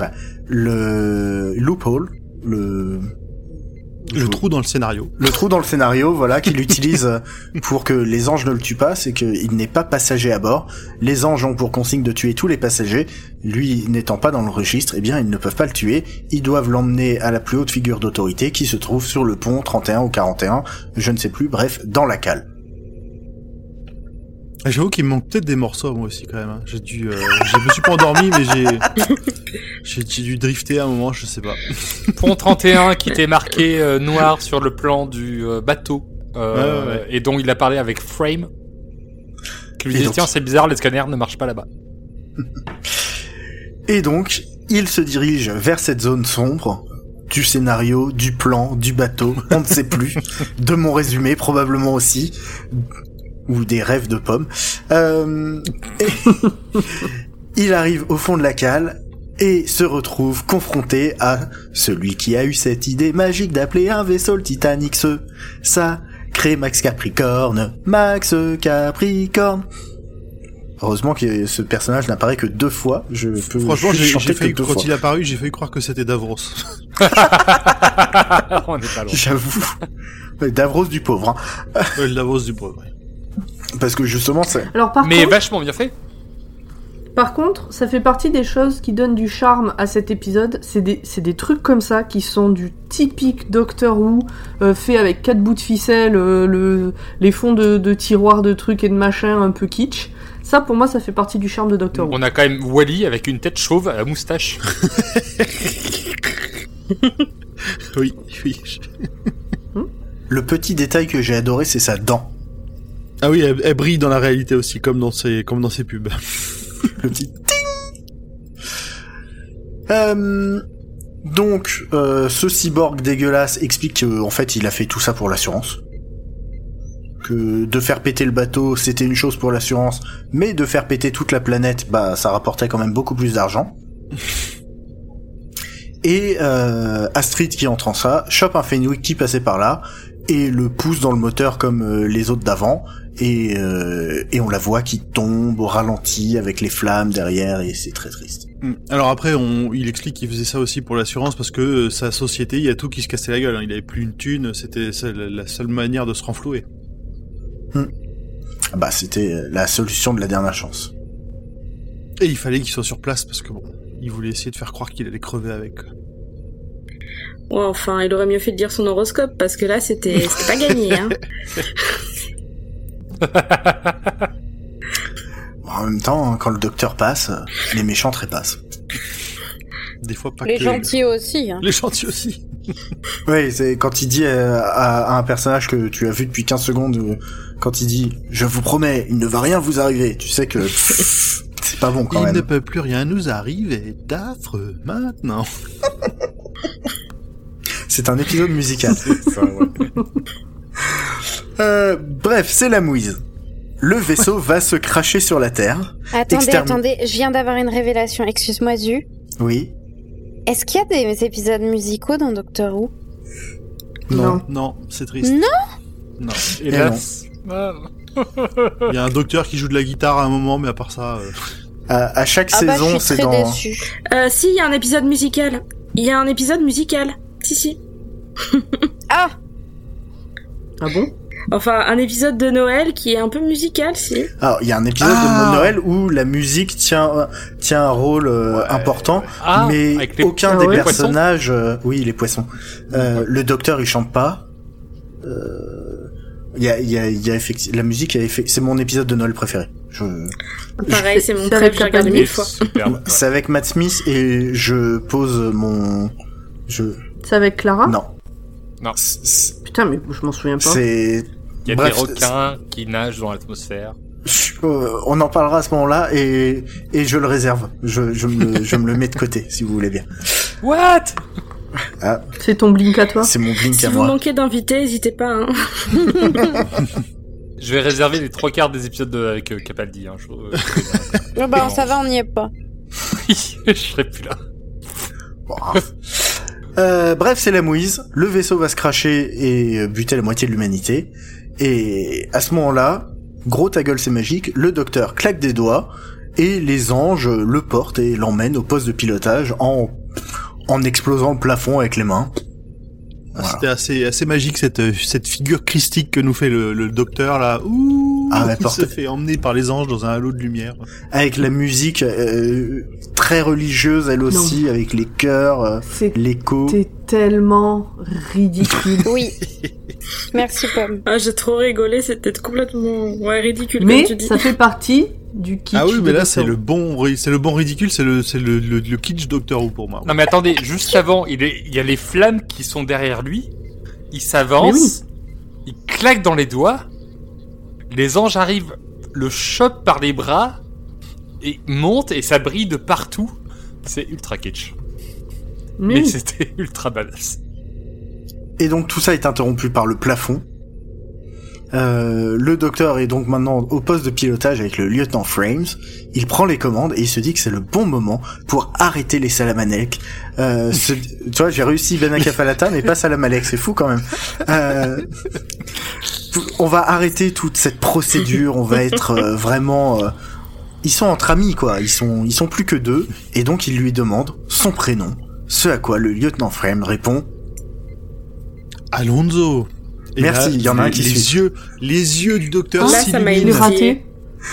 le loophole, le Le trou dans le scénario. Le trou dans le scénario, voilà, qu'il utilise pour que les anges ne le tuent pas, c'est qu'il n'est pas passager à bord. Les anges ont pour consigne de tuer tous les passagers. Lui n'étant pas dans le registre, eh bien, ils ne peuvent pas le tuer. Ils doivent l'emmener à la plus haute figure d'autorité qui se trouve sur le pont trente et un ou quarante et un, je ne sais plus, bref, dans la cale. J'avoue qu'il me manque peut-être des morceaux moi aussi quand même. Hein. J'ai dû, euh, je me suis pas endormi, mais j'ai, j'ai, j'ai dû drifter à un moment, je sais pas. Pont trente et un qui était marqué euh, noir sur le plan du euh, bateau euh, ouais, ouais, ouais. et dont il a parlé avec Frame. Qui lui disait donc... tiens c'est bizarre, les scanners ne marchent pas là-bas. Et donc il se dirige vers cette zone sombre. Du scénario, du plan, du bateau, on ne sait plus. De mon résumé, probablement aussi. Ou des rêves de pommes. Euh, il arrive au fond de la cale et se retrouve confronté à celui qui a eu cette idée magique d'appeler un vaisseau le Titanic. Ce sacré Max Capricorne. Max Capricorne. Heureusement que ce personnage n'apparaît que deux fois. Je peux Franchement, j'ai, j'ai failli, quand fois. il est apparu, j'ai failli croire que c'était Davros. On est pas loin. J'avoue. Davros du pauvre. Hein. Ouais, le Davros du pauvre. Parce que justement, c'est. Alors, par Mais contre, vachement bien fait. Par contre, ça fait partie des choses qui donnent du charme à cet épisode. C'est des, c'est des trucs comme ça qui sont du typique Doctor Who, euh, fait avec quatre bouts de ficelle, euh, le, les fonds de, de tiroirs de trucs et de machins un peu kitsch. Ça, pour moi, ça fait partie du charme de Doctor Who. On a quand même Wally avec une tête chauve à la moustache. oui, oui. Le petit détail que j'ai adoré, c'est sa dent. Ah oui, elle, elle brille dans la réalité aussi, comme dans ses, comme dans ses pubs. Le petit ting. Euh, donc, euh, ce cyborg dégueulasse explique qu'en fait, il a fait tout ça pour l'assurance. Que de faire péter le bateau, c'était une chose pour l'assurance, mais de faire péter toute la planète, bah, ça rapportait quand même beaucoup plus d'argent. Et euh, Astrid, qui entre en ça, chope un Fenwick qui passait par là, et le pousse dans le moteur comme euh, les autres d'avant, et, euh, et on la voit qui tombe au ralenti avec les flammes derrière, et c'est très triste. Alors après, on, il explique qu'il faisait ça aussi pour l'assurance, parce que euh, sa société, il y a tout qui se cassait la gueule, hein. Il avait plus une thune, c'était la seule manière de se renflouer. Hmm. Bah, c'était la solution de la dernière chance. Et il fallait qu'il soit sur place, parce que bon, il voulait essayer de faire croire qu'il allait crever avec. Ouais, enfin, il aurait mieux fait de dire son horoscope, parce que là, c'était, c'était pas gagné, hein. Bon, en même temps, quand le docteur passe, les méchants trépassent. Des fois pas les que... gentils aussi. Hein. Les gentils aussi. Oui, c'est quand il dit à, à, à un personnage que tu as vu depuis quinze secondes, euh, quand il dit « Je vous promets, il ne va rien vous arriver », tu sais que c'est pas bon quand il même. Il ne peut plus rien nous arriver d'affreux maintenant. C'est un épisode musical. C'est ça, ouais. euh, bref, c'est la mouise. Le vaisseau va se cracher sur la Terre. Attendez, Extermi- attendez, je viens d'avoir une révélation. Excuse-moi, Zu. Oui. Est-ce qu'il y a des épisodes musicaux dans Doctor Who ? Non. Non, c'est triste. Non. Non. Hélas. Il y a un docteur qui joue de la guitare à un moment, mais à part ça... Euh... À, à chaque ah saison, bah, je suis c'est très dans... déçue. Euh, si, il y a un épisode musical. Il y a un épisode musical. Si, si. Ah. Ah bon ? Enfin, un épisode de Noël qui est un peu musical, si. Alors, il y a un épisode Ah. de Noël où la musique tient tient un rôle euh, Ouais. important, Ah, mais avec les- aucun Ah des ouais. personnages, euh, oui, les poissons. Euh, le docteur, il chante pas. Euh, Il y a, il y a, il y a effectivement la musique. A effect... C'est mon épisode de Noël préféré. Je... Pareil, c'est mon C'est préf, avec j'ai regardé Capaldi. mille fois. Superbe. C'est avec Matt Smith et je pose mon. Je. C'est avec Clara ? Non. Non. C'est. Putain, mais je m'en souviens pas. c'est... Il y a Bref, des requins qui nagent dans l'atmosphère. Euh, on en parlera à ce moment-là et et je le réserve. Je je me je me le mets de côté si vous voulez bien. What? Ah, C'est ton blink à toi ? c'est mon blink Si à vous moi. manquez d'invités, n'hésitez pas, hein. Je vais réserver les trois quarts des épisodes de, avec euh, Capaldi. Hein. Je, euh, Oh bah, ça va, on n'y est pas. oui, je serai plus là. Bon. Euh, bref, c'est la mouise. Le vaisseau va se cracher et euh, buter la moitié de l'humanité. Et à ce moment-là, gros ta gueule, c'est magique. Le docteur claque des doigts et les anges le portent et l'emmènent au poste de pilotage en en explosant le plafond avec les mains. Ah, c'était assez assez magique cette cette figure christique que nous fait le, le docteur là. Ouh. Ah, ouais, il se fait emmener par les anges dans un halo de lumière. Avec la musique euh, très religieuse, elle aussi, non. avec les chœurs, euh, l'écho. C'était tellement ridicule. Oui. Merci Pomme. Ah, j'ai trop rigolé, c'était complètement ouais, ridicule. Mais comme tu dis. ça fait partie du kitsch. Ah oui, mais là Doctor c'est le bon, c'est le bon ridicule, c'est le, c'est le, le, le kitsch Doctor Who pour moi. Non mais attendez, juste avant, il, est, il y a les flammes qui sont derrière lui. Il s'avance, oui. il claque dans les doigts. Les anges arrivent, le chopent par les bras et montent et ça brille de partout. C'est ultra kitsch. Oui. Mais c'était ultra badass. Et donc tout ça est interrompu par le plafond. Euh, le docteur est donc maintenant au poste de pilotage avec le lieutenant Frames. Il prend les commandes et il se dit que c'est le bon moment pour arrêter les Salamanec. Euh, ce, tu vois, j'ai réussi Banaka Falata, mais pas Salamalek, c'est fou quand même. Euh, on va arrêter toute cette procédure, on va être euh, vraiment... Euh, ils sont entre amis, quoi. Ils sont, ils sont plus que deux. Et donc il lui demande son prénom. Ce à quoi le lieutenant Frames répond... Alonso. Et merci, il y en a un qui les suit. Yeux, les yeux du docteur là, ça m'a raté.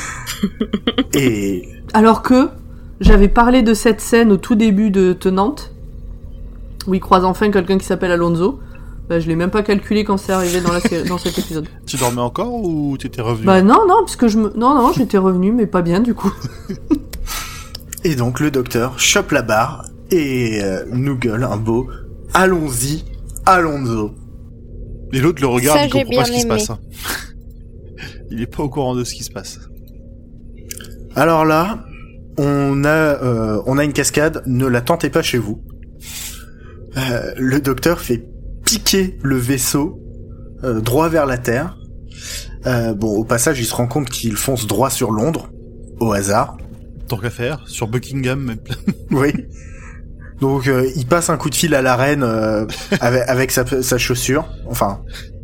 Et alors que j'avais parlé de cette scène au tout début de Tenante, où il croise enfin quelqu'un qui s'appelle Alonso. Bah, je l'ai même pas calculé quand c'est arrivé dans la série, dans cet épisode. Tu dormais encore ou t'étais revenu? Bah non, non, parce que je me, non, non, j'étais revenu, mais pas bien du coup. Et donc le docteur chope la barre et euh, nous gueule un beau allons-y, Alonso. Et l'autre le regarde, ça, il comprend pas ce qui aimé. se passe. Il est pas au courant de ce qui se passe. Alors là, on a, euh, on a une cascade. Ne la tentez pas chez vous. Euh, le docteur fait piquer le vaisseau euh, droit vers la Terre. Euh, bon, au passage, il se rend compte qu'il fonce droit sur Londres, au hasard. Tant qu'à faire, sur Buckingham même. Oui. Donc euh, il passe un coup de fil à la reine euh, avec, avec sa, sa chaussure. Enfin.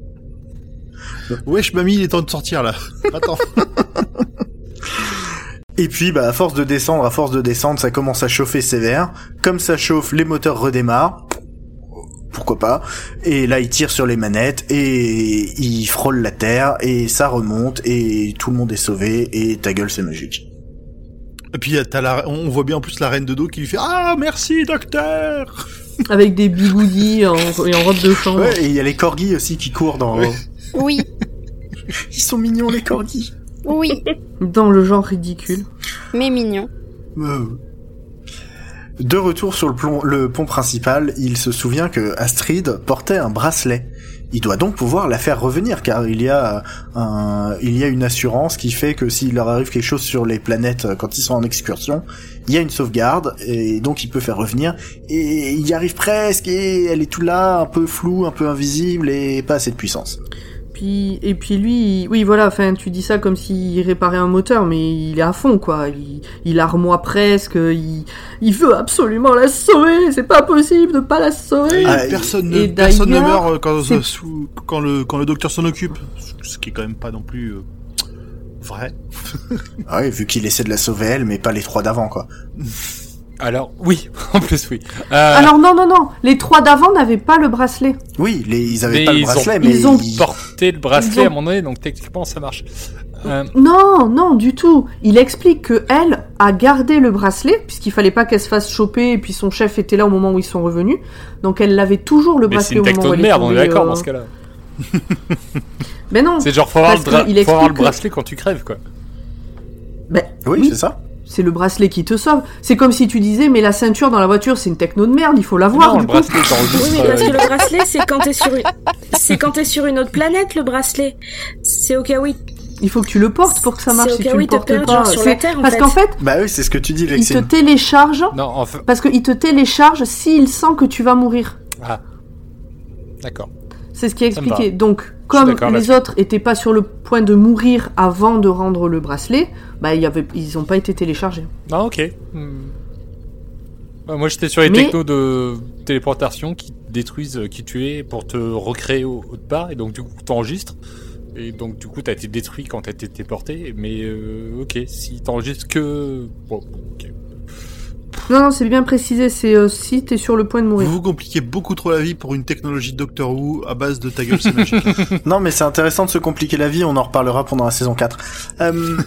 Wesh mamie, il est temps de sortir là. Attends. Et puis bah à force de descendre, à force de descendre, ça commence à chauffer sévère. Comme ça chauffe, les moteurs redémarrent. Pourquoi pas. Et là il tire sur les manettes et il frôle la terre et ça remonte et tout le monde est sauvé et ta gueule c'est magique. Et puis t'as la, on voit bien en plus la reine de dos qui lui fait ah merci docteur. Avec des bigoudis en, et en robe de chambre. Ouais, et il y a les corgis aussi qui courent dans. Oui. Oui. Ils sont mignons les corgis. Oui. Dans le genre ridicule. Mais mignon. Euh... De retour sur le, plomb, le pont principal, il se souvient que Astrid portait un bracelet. Il doit donc pouvoir la faire revenir, car il y a un, il y a une assurance qui fait que s'il leur arrive quelque chose sur les planètes quand ils sont en excursion, il y a une sauvegarde, et donc il peut faire revenir, et il y arrive presque, et elle est tout là, un peu floue, un peu invisible, et pas assez de puissance. Puis, et puis lui, il, oui voilà, enfin tu dis ça comme s'il réparait un moteur, mais il est à fond quoi, il, il armoie presque, il, il veut absolument la sauver, c'est pas possible de pas la sauver. Ah, personne ne, personne ne meurt quand, euh, sous, quand, le, quand le docteur s'en occupe, ce qui est quand même pas non plus euh, vrai. Ah oui, vu qu'il essaie de la sauver elle, mais pas les trois d'avant quoi. Alors, oui, en plus, oui. Euh... Alors, non, non, non, les trois d'avant n'avaient pas le bracelet. Oui, les, ils avaient mais pas le ils bracelet, ont, mais... Ils ont ils... porté le bracelet ont... à un moment donné, donc techniquement, ça marche. Euh... Non, non, du tout. Il explique que elle a gardé le bracelet, puisqu'il fallait pas qu'elle se fasse choper, et puis son chef était là au moment où ils sont revenus. Donc, elle avait toujours le mais bracelet au moment où elle est tombée. C'est une techno de merde, on est d'accord euh... dans ce cas-là. Mais non. C'est genre, faut avoir, le, dra- faut avoir le que... bracelet quand tu crèves, quoi. Ben, oui, oui, c'est ça. C'est le bracelet qui te sauve. C'est comme si tu disais, mais la ceinture dans la voiture, c'est une techno de merde, il faut l'avoir. Non, du le coup. bracelet, oui, mais parce que le bracelet, c'est quand t'es sur une, c'est quand t'es sur une autre planète, le bracelet. C'est au cas où il... il faut que tu le portes pour que ça marche. C'est si au cas tu où le il te portes perd, pas, genre sur la Terre, en parce fait. qu'en fait, bah oui, c'est ce que tu dis, il Lexine. te télécharge. Non, en fait... parce qu'il te télécharge s'il sent que tu vas mourir. Ah, d'accord. C'est ce qui est expliqué. Donc, comme les là-dessus. autres étaient pas sur le point de mourir avant de rendre le bracelet, bah il y avait, ils ont pas été téléchargés. Ah, ok. Hmm. Bah, moi, j'étais sur les Mais... technos de téléportation qui détruisent, qui tuent pour te recréer au, au départ, et donc du coup, t'enregistres. Et donc, du coup, t'as été détruit quand t'as été téléporté. Mais, euh, ok, si t'enregistres que... Bon, ok. Non, non, c'est bien précisé, c'est euh, si t'es sur le point de mourir. Vous vous compliquez beaucoup trop la vie pour une technologie Doctor Who à base de ta gueule, c'est magique. Non, mais c'est intéressant de se compliquer la vie, on en reparlera pendant la saison quatre. Euh...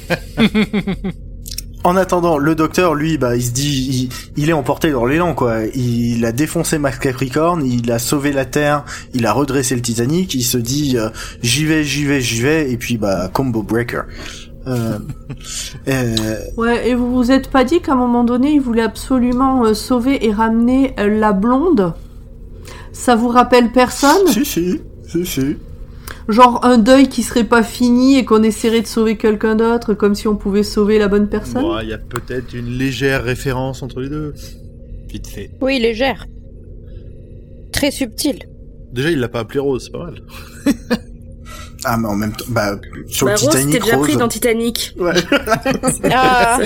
En attendant, le docteur, lui, bah, il se dit, il, il est emporté dans l'élan, quoi. Il a défoncé Max Capricorn, il a sauvé la Terre, il a redressé le Titanic, il se dit, euh, j'y vais, j'y vais, j'y vais, et puis, bah, combo breaker. Euh, euh... Ouais, et vous vous êtes pas dit qu'à un moment donné, il voulait absolument euh, sauver et ramener euh, la blonde? Ça vous rappelle personne? Si, si, si, si. Genre un deuil qui serait pas fini et qu'on essaierait de sauver quelqu'un d'autre comme si on pouvait sauver la bonne personne. Bon, il y a peut-être une légère référence entre les deux. Vite fait. Oui, légère. Très subtil. Déjà, il l'a pas appelé Rose, c'est pas mal. Ah, mais en même temps, bah, sur bah, le Rose, Titanic, t'es déjà Rose... pris dans Titanic. Ouais. Ah.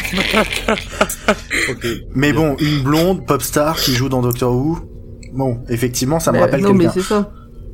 Okay. Mais bon, une blonde pop star qui joue dans Doctor Who, bon, effectivement, ça me bah, rappelle non, quelqu'un. mais c'est ça.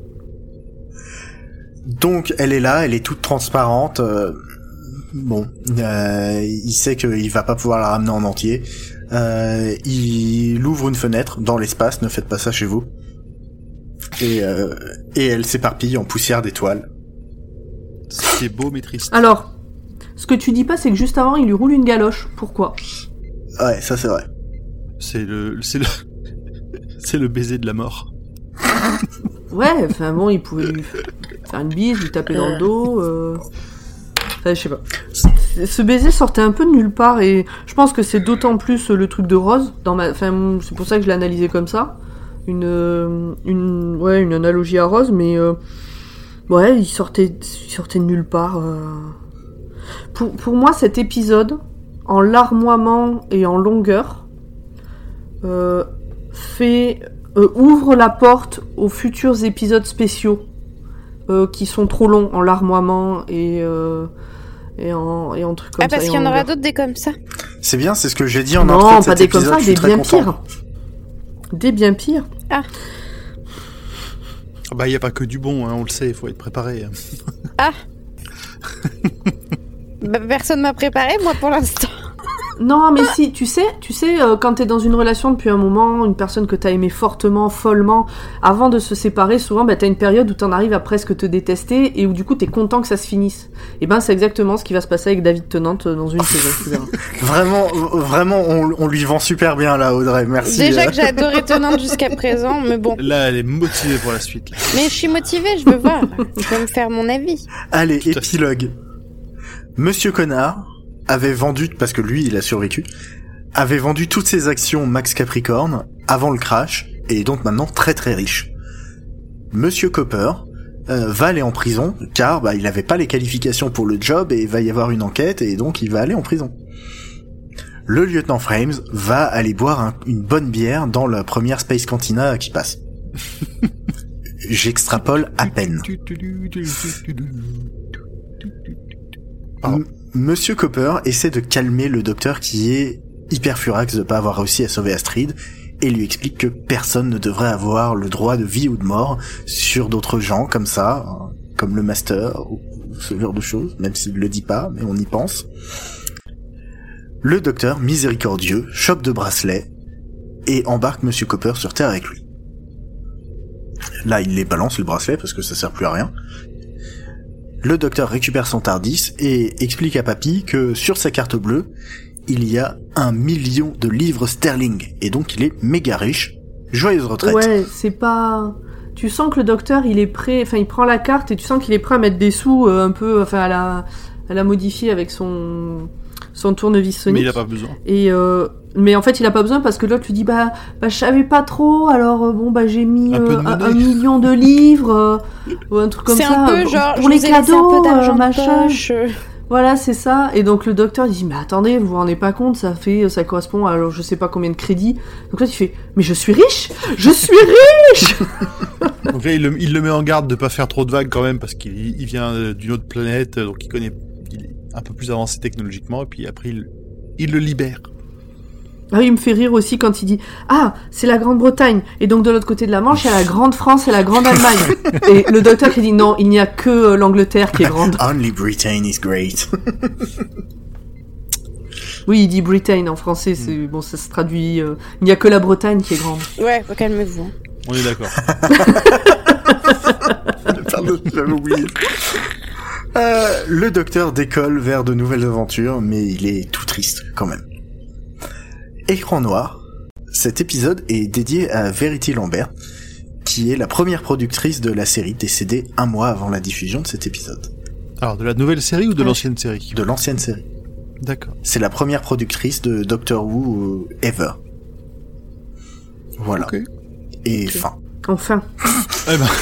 Donc, elle est là, elle est toute transparente. Euh, bon, euh, il sait qu'il va pas pouvoir la ramener en entier. Euh, il ouvre une fenêtre dans l'espace, ne faites pas ça chez vous. Et, euh, et elle s'éparpille en poussière d'étoiles. C'est beau mais triste. Alors, ce que tu dis pas, c'est que juste avant, il lui roule une galoche. Pourquoi? Ouais, ça c'est vrai. C'est le, c'est le, c'est le baiser de la mort. Ouais, enfin bon, il pouvait lui faire une bise, lui taper dans le dos. Euh... Enfin, je sais pas. Ce baiser sortait un peu de nulle part et je pense que c'est d'autant plus le truc de Rose. Dans ma... Enfin, c'est pour ça que je l'ai analysé comme ça. Une, une, ouais, une analogie à Rose, mais euh... ouais, il sortait, il sortait de nulle part. Euh... Pour, pour moi, cet épisode, en larmoiement et en longueur, euh, fait euh, ouvre la porte aux futurs épisodes spéciaux euh, qui sont trop longs en larmoiement et euh, et en et en trucs comme ah, ça. Ah parce qu'il y en aura d'autres des comme ça. C'est bien, c'est ce que j'ai dit en non, entrée de pas cet des comme épisode. ça, des bien pires. Des bien pires. Ah. Bah, il y a pas que du bon, hein, on le sait, il faut être préparé. Ah. Bah, personne m'a préparé, moi, pour l'instant. Non, mais si, tu sais, tu sais, euh, quand t'es dans une relation depuis un moment, une personne que t'as aimée fortement, follement, avant de se séparer, souvent, bah, t'as une période où t'en arrives à presque te détester et où du coup t'es content que ça se finisse. Et ben, c'est exactement ce qui va se passer avec David Tennant dans une saison. Vraiment, vraiment, on, on lui vend super bien là, Audrey. Merci. Déjà que j'ai adoré Tennant jusqu'à présent, mais bon. Là, elle est motivée pour la suite. Là. Mais je suis motivée, je veux voir. Je veux me faire mon avis. Allez, épilogue. Monsieur Connard avait vendu, parce que lui, il a survécu, avait vendu toutes ses actions Max Capricorn avant le crash, et est donc maintenant très très riche. Monsieur Copper euh, va aller en prison, car bah, il n'avait pas les qualifications pour le job, et il va y avoir une enquête, et donc il va aller en prison. Le lieutenant Frames va aller boire un, une bonne bière dans la première Space Cantina qui passe. J'extrapole à peine. M- Monsieur Copper essaie de calmer le docteur qui est hyper furax de pas avoir réussi à sauver Astrid et lui explique que personne ne devrait avoir le droit de vie ou de mort sur d'autres gens comme ça, hein, comme le Master ou ce genre de choses, même s'il le dit pas, mais on y pense. Le docteur, miséricordieux, chope de bracelet et embarque Monsieur Copper sur Terre avec lui. Là, il les balance le bracelet parce que ça sert plus à rien. Le docteur récupère son TARDIS et explique à Papy que sur sa carte bleue, il y a un million de livres sterling, et donc il est méga riche. Joyeuse retraite. Ouais, c'est pas... Tu sens que le docteur, il est prêt... Enfin, il prend la carte et tu sens qu'il est prêt à mettre des sous euh, un peu... Enfin, à la, à la modifier avec son... son tournevis sonique. Mais il a pas besoin. Et... Euh... Mais en fait, il a pas besoin parce que l'autre lui dit bah, bah je savais pas trop, alors euh, bon bah j'ai mis un, euh, un, un million de livres euh, ou un truc comme c'est ça. C'est un peu genre pour les cadeaux, un peu d'argent euh, machin. De poche. Voilà, c'est ça. Et donc le docteur il dit mais attendez, vous vous rendez pas compte, ça fait, ça correspond à alors, je sais pas combien de crédits. Donc là il fait mais je suis riche, je suis riche. Donc là il le, il le met en garde de pas faire trop de vagues quand même parce qu'il il vient d'une autre planète, donc il connaît, il est un peu plus avancé technologiquement et puis après il, il le libère. Ah, il me fait rire aussi quand il dit « Ah, c'est la Grande-Bretagne !» Et donc de l'autre côté de la Manche, il y a la Grande-France et la Grande-Allemagne. Et le docteur qui dit « Non, il n'y a que l'Angleterre qui est grande. » Only Britain is great. Oui, il dit Britain en français, c'est mm. bon, ça se traduit. Euh... Il n'y a que la Bretagne qui est grande. Ouais, calmez-vous. On est d'accord. Pardon, j'avais oublié. Euh, le docteur décolle vers de nouvelles aventures, mais il est tout triste quand même. Écran noir. Cet épisode est dédié à Verity Lambert, qui est la première productrice de la série, décédée un mois avant la diffusion de cet épisode. Alors, de la nouvelle série ou de ouais. l'ancienne série ? De l'ancienne série. D'accord. C'est la première productrice de Doctor Who euh, ever. Voilà. Okay. Et okay. fin. Enfin. Eh ben...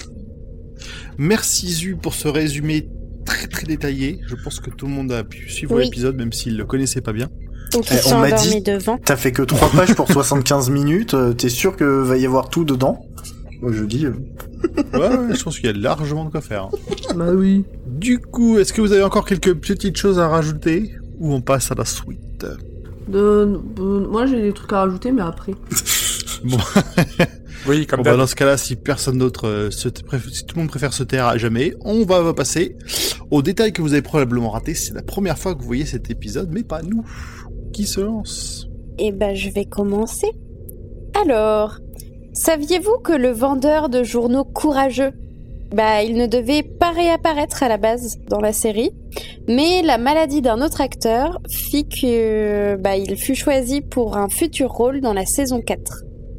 Merci Zu pour ce résumé très très détaillé. Je pense que tout le monde a pu suivre oui. l'épisode, même s'il le connaissait pas bien. Donc ils eh, sont on m'a dit, devant. T'as fait que trois pages pour soixante-quinze minutes, t'es sûr que va y avoir tout dedans ? Moi je dis... ouais, ouais, je pense qu'il y a largement de quoi faire. Bah oui. Du coup, est-ce que vous avez encore quelques petites choses à rajouter ? Ou on passe à la suite ? de... de... Moi j'ai des trucs à rajouter, mais après. Bon... Oui, comme bon, bah, dans ce cas-là, si personne d'autre, euh, se t- préf- si tout le monde préfère se taire à jamais, on va, va passer au détail que vous avez probablement raté. C'est la première fois que vous voyez cet épisode, mais pas nous. Qui se lance ? Eh ben, je vais commencer. Alors, saviez-vous que le vendeur de journaux courageux, bah, il ne devait pas réapparaître à la base dans la série, mais la maladie d'un autre acteur fit que, bah, il fut choisi pour un futur rôle dans la saison quatre.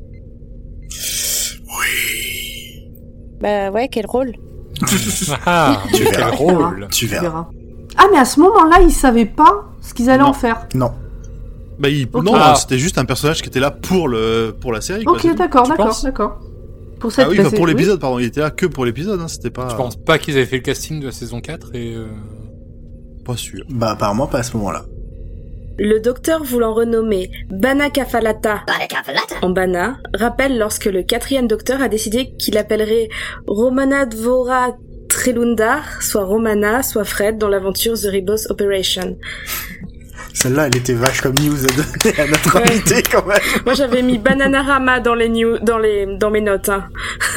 Oui. Bah ouais, quel rôle. Ah, tu verras. Quel rôle. Tu verras. Tu verras. Ah, mais à ce moment-là, ils savaient pas ce qu'ils allaient non. en faire. Non. Bah, il... okay. Non, ah. c'était juste un personnage qui était là pour le pour la série. Ok, quoi, d'accord, d'accord, penses d'accord. Pour cette ah oui, bah, pour l'épisode, oui. pardon. Il était là que pour l'épisode, hein, c'était pas... Je pense pas qu'ils avaient fait le casting de la saison quatre et... Euh... Pas sûr. Bah, apparemment pas à ce moment-là. Le docteur voulant renommer Bana Kafalata en Bana rappelle lorsque le quatrième docteur a décidé qu'il appellerait Romana Dvora Trelundar, soit Romana, soit Fred, dans l'aventure The Ribos Operation. Celle-là, elle était vache comme news à donner à notre ouais. invité, quand même. Moi, j'avais mis Bananarama dans les news, dans les, dans mes notes, hein.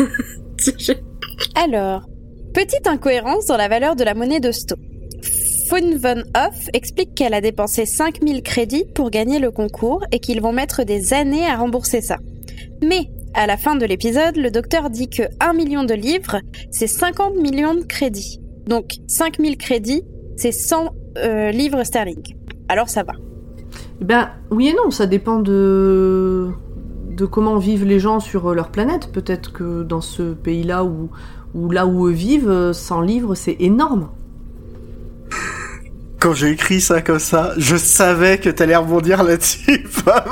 Alors, petite incohérence dans la valeur de la monnaie de Sto. Fun Von Hoff explique qu'elle a dépensé cinq mille crédits pour gagner le concours et qu'ils vont mettre des années à rembourser ça. Mais, à la fin de l'épisode, le docteur dit que un million de livres, c'est cinquante millions de crédits. Donc, cinq mille crédits, c'est cent euh, livres sterling. Alors ça va. Eh ben, oui et non, ça dépend de... de comment vivent les gens sur leur planète. Peut-être que dans ce pays-là, où, où là où eux vivent, cent livres, c'est énorme. Quand j'ai écrit ça comme ça, je savais que t'allais rebondir là-dessus.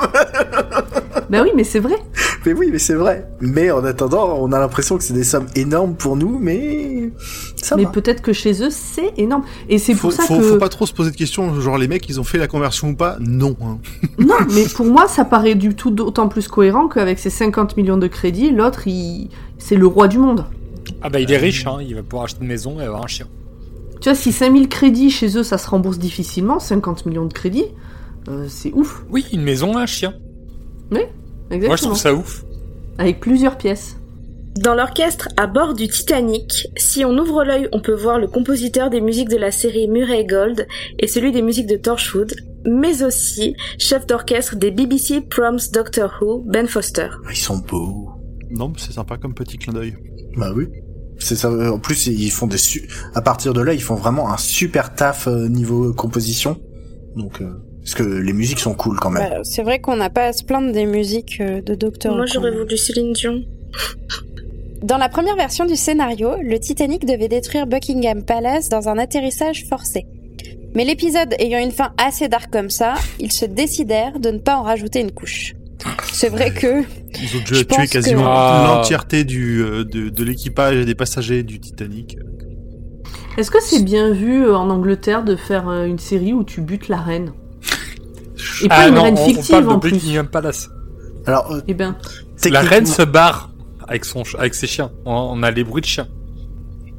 Ben oui, mais c'est vrai. Mais oui, mais c'est vrai. Mais en attendant, on a l'impression que c'est des sommes énormes pour nous, mais ça mais va. peut-être que chez eux, c'est énorme. Et c'est faut, pour ça faut, que... Faut pas trop se poser de questions, genre les mecs, ils ont fait la conversion ou pas ? Non. Hein. Non, mais pour moi, ça paraît du tout d'autant plus cohérent qu'avec ses cinquante millions de crédits, l'autre, il... c'est le roi du monde. Ah bah il est riche, hein, il va pouvoir acheter une maison et avoir un chien. Tu vois, si cinq mille crédits chez eux, ça se rembourse difficilement, cinquante millions de crédits, euh, c'est ouf. Oui, une maison, un chien. Oui, exactement. Moi je trouve ça ouf. Avec plusieurs pièces. Dans l'orchestre à bord du Titanic, si on ouvre l'œil, on peut voir le compositeur des musiques de la série Murray Gold et celui des musiques de Torchwood, mais aussi chef d'orchestre des B B C Proms Doctor Who, Ben Foster. Ils sont beaux. Non, mais c'est sympa comme petit clin d'œil. Bah oui. C'est ça. En plus, ils font des su- à partir de là, ils font vraiment un super taf euh, niveau composition. Donc, euh, parce que les musiques sont cool quand même. Bah, c'est vrai qu'on n'a pas à se plaindre des musiques euh, de Doctor Who. Moi, j'aurais voulu Céline Dion. Dans la première version du scénario, le Titanic devait détruire Buckingham Palace dans un atterrissage forcé. Mais l'épisode ayant une fin assez dark comme ça, ils se décidèrent de ne pas en rajouter une couche. C'est vrai que... Ils ont déjà tué quasiment que... ah. l'entièreté du, euh, de, de l'équipage et des passagers du Titanic. Est-ce que c'est bien vu euh, en Angleterre de faire euh, une série où tu butes la reine ? Et pas ah une non, reine on, fictive on parle en de plus. Buckingham Palace. Alors, euh, eh ben, la reine se barre avec, son, avec ses chiens. On, on a les bruits de chiens. Quoi ?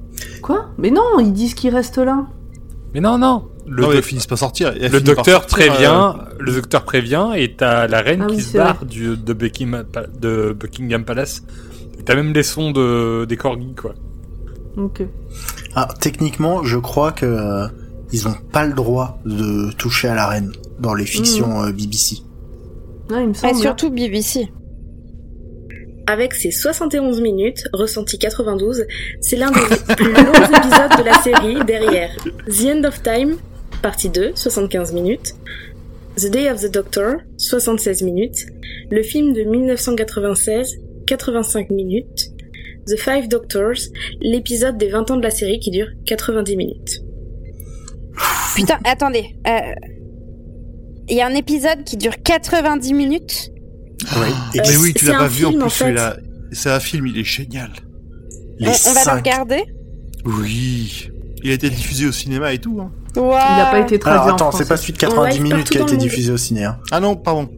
Mais non, ils disent qu'ils restent là. Mais non, non. Le non, do- ils finissent pas sortir. Le docteur sortir, prévient, euh... le docteur prévient, et t'as la reine ah, qui oui, se barre du, de, Buckingham, de Buckingham Palace. Et t'as même les sons de, des corgis, quoi. Ok. Ah, techniquement, je crois que euh, ils ont pas le droit de toucher à la reine. dans les fictions Mmh. euh, B B C. Ouais, il me Et semble. surtout B B C. Avec ses soixante et onze minutes, ressenti quatre-vingt-douze, c'est l'un des plus longs épisodes de la série derrière The End of Time, partie deux, soixante-quinze minutes, The Day of the Doctor, soixante-seize minutes, le film de dix-neuf cent quatre-vingt-seize, quatre-vingt-cinq minutes, The Five Doctors, l'épisode des vingt ans de la série qui dure quatre-vingt-dix minutes. Putain, attendez. euh, Il y a un épisode qui dure quatre-vingt-dix minutes. Ouais. Et Euh, Mais oui, c'est- tu l'as c'est pas un vu en film, plus en fait. celui-là. C'est un film, il est génial. les On, on va cinq... le regarder. Oui. Il a été diffusé au cinéma et tout. Hein. Wow. Il n'a pas été traduit Alors en attends, français. c'est pas celui de En quatre-vingt-dix live minutes partout qui a dans été le monde. diffusé au ciné. Hein. Ah non, pardon.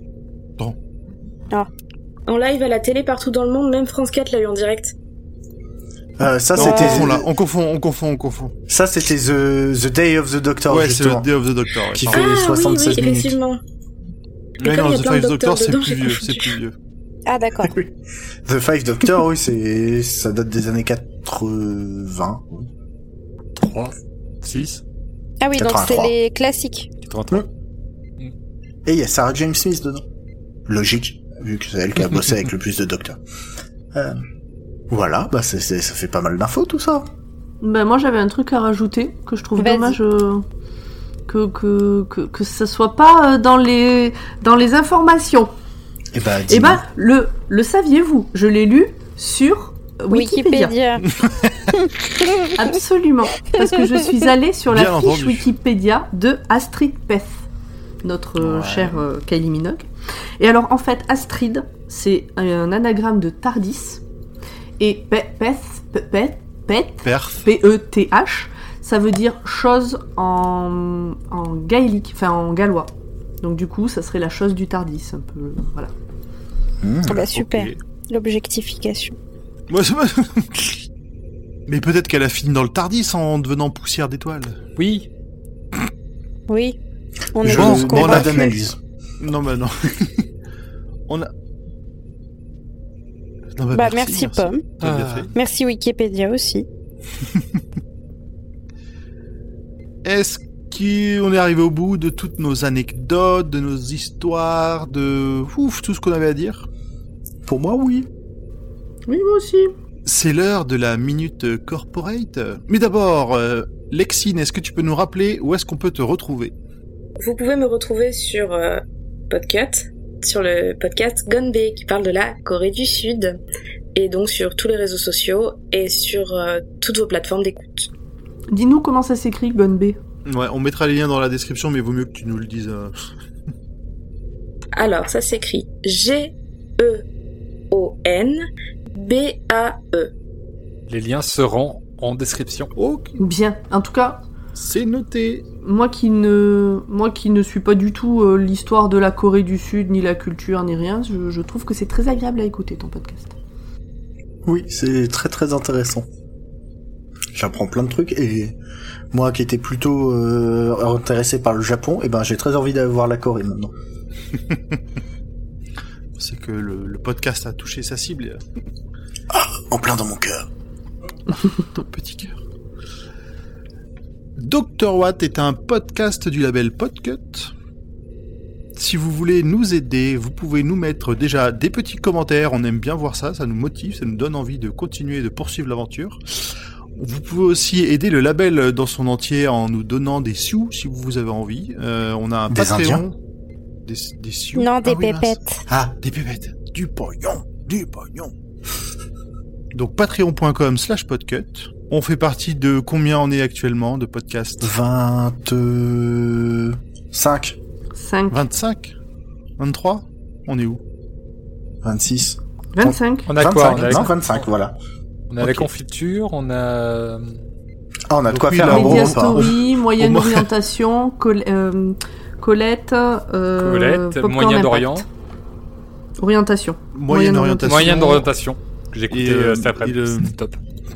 En live à la télé partout dans le monde, même France quatre l'a eu en direct. Euh, ça Non, c'était on confond là. On confond, on confond, on confond. ça c'était the the Day of the Doctor ouais, c'est le justement. Day of the Doctor. Ouais, Qui pardon. fait Ah oui, soixante-seize oui, minutes. effectivement. Mais comme non, il y a The plein Five de Doctor, docteurs c'est dedans, plus j'ai vieux. confondu. C'est plus vieux. Ah d'accord. The Five Doctor, oui, c'est ça date des années quatre-vingts. trois, six, Ah oui, donc c'est quatre-vingt-trois. les classiques. quatre-vingt-trois. Et il y a Sarah James Smith dedans. Logique, vu que c'est elle qui a bossé avec le plus de docteurs. Euh, voilà, bah c'est, c'est, ça fait pas mal d'infos tout ça. Ben, moi, j'avais un truc à rajouter que je trouve Vas-y. dommage euh, que, que, que, que ça soit pas euh, dans les, dans les informations. Et bah, Et dis-moi. ben, le, le saviez-vous? Je l'ai lu sur Wikipédia. Absolument. Parce que je suis allée sur la Bien fiche entendu. Wikipédia de Astrid Peth, notre euh, Ouais. chère euh, Kylie Minogue. Et alors, en fait, Astrid, c'est un anagramme de Tardis. Et Pe- Peth, Pe- Peth, Peth, Perf. P E T H, ça veut dire chose en, en gaélique, enfin en gallois. Donc du coup, ça serait la chose du Tardis, un peu, voilà. Mmh. Ah bah super. Ok. L'objectification. Moi, c'est pas- Mais peut-être qu'elle a fini dans le Tardis en devenant poussière d'étoiles. Oui. Oui. On est Je bon, tous bon, on pas a convaincus. d'analyse. Non, bah non. On a. Non, Bah merci, Pomme. T'as bien Ah. fait. Merci Wikipédia aussi. Est-ce qu'on est arrivé au bout de toutes nos anecdotes, de nos histoires, de ouf, tout ce qu'on avait à dire? Pour moi, oui. Oui, moi aussi. C'est l'heure de la minute corporate. Mais d'abord, euh, Lexine, est-ce que tu peux nous rappeler où est-ce qu'on peut te retrouver? Vous pouvez me retrouver sur euh, Podcut, sur le podcast Gone Bay qui parle de la Corée du Sud, et donc sur tous les réseaux sociaux et sur euh, toutes vos plateformes d'écoute. Dis-nous comment ça s'écrit, Gonbe. Ouais, on mettra les liens dans la description, mais vaut mieux que tu nous le dises. euh. Alors, ça s'écrit G E O N B A E. Les liens seront en description. Ok, Bien. En tout cas, c'est noté. moi qui ne, moi qui ne suis pas du tout euh, l'histoire de la Corée du Sud, ni la culture, ni rien, je, je trouve que c'est très agréable à écouter ton podcast. Oui, c'est très très intéressant. J'apprends plein de trucs et moi qui étais plutôt euh, intéressé par le Japon, et ben j'ai très envie d'aller voir la Corée maintenant. C'est que le, le podcast a touché sa cible. En plein dans mon cœur. Ton petit cœur. docteur Watt est un podcast du label Podcut. Si vous voulez nous aider, vous pouvez nous mettre déjà des petits commentaires. On aime bien voir ça, ça nous motive, ça nous donne envie de continuer, de poursuivre l'aventure. Vous pouvez aussi aider le label dans son entier en nous donnant des sous si vous avez envie. Euh, on a un Des Patreon. Indiens Des, des sioux. Non, des Ah oui, mince. pépettes. Ah, Des pépettes. Du pognon. Du pognon. Donc patreon.com slash podcut. On fait partie de combien on est actuellement de podcasts? vingt-cinq, cinq. vingt-cinq? vingt-trois? On est où? vingt-six, vingt-cinq. On a quoi? On a, non, la, vingt-cinq, voilà. on a la Ok. confiture, on a... Ah, on a de Donc quoi oui, faire là, un on- bon Media repas. Story, moyenne Au moins- orientation, Col- euh, Colette, euh, Colette, Popcorn moyen Impact. d'Orient, Orientation. Moyenne orientation. moyen d'orientation. Que j'ai écouté Et, euh, euh, cet après-midi, et le- c'était top.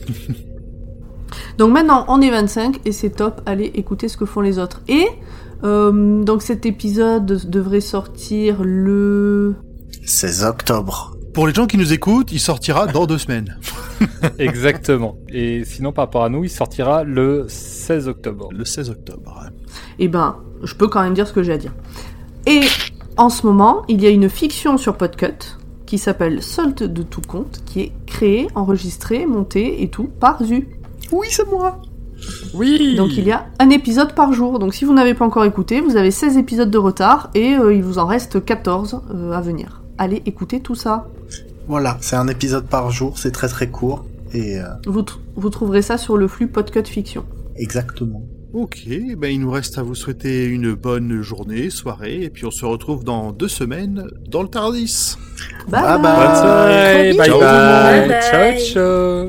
Donc maintenant, on est vingt-cinq et c'est top. Allez écouter ce que font les autres. Et euh, donc cet épisode devrait sortir le... seize octobre. Pour les gens qui nous écoutent, il sortira dans deux semaines. Exactement. Et sinon, par rapport à nous, il sortira le seize octobre. Le seize octobre. Eh ben, je peux quand même dire ce que j'ai à dire. Et en ce moment, il y a une fiction sur Podcut qui s'appelle Salt de tout compte, qui est créée, enregistrée, montée et tout par Zu. Oui, c'est moi. Oui. Donc il y a un épisode par jour. Donc si vous n'avez pas encore écouté, vous avez seize épisodes de retard et euh, il vous en reste quatorze euh, à venir. Allez écouter tout ça. Voilà, c'est un épisode par jour, c'est très très court. Et euh... vous, t- vous trouverez ça sur le flux Podcut Fiction. Exactement. Ok, ben il nous reste à vous souhaiter une bonne journée, soirée, et puis on se retrouve dans deux semaines dans le Tardis. Bye Bye bye, bye. Bye bye. Ciao, Bye bye. bye. Ciao ciao.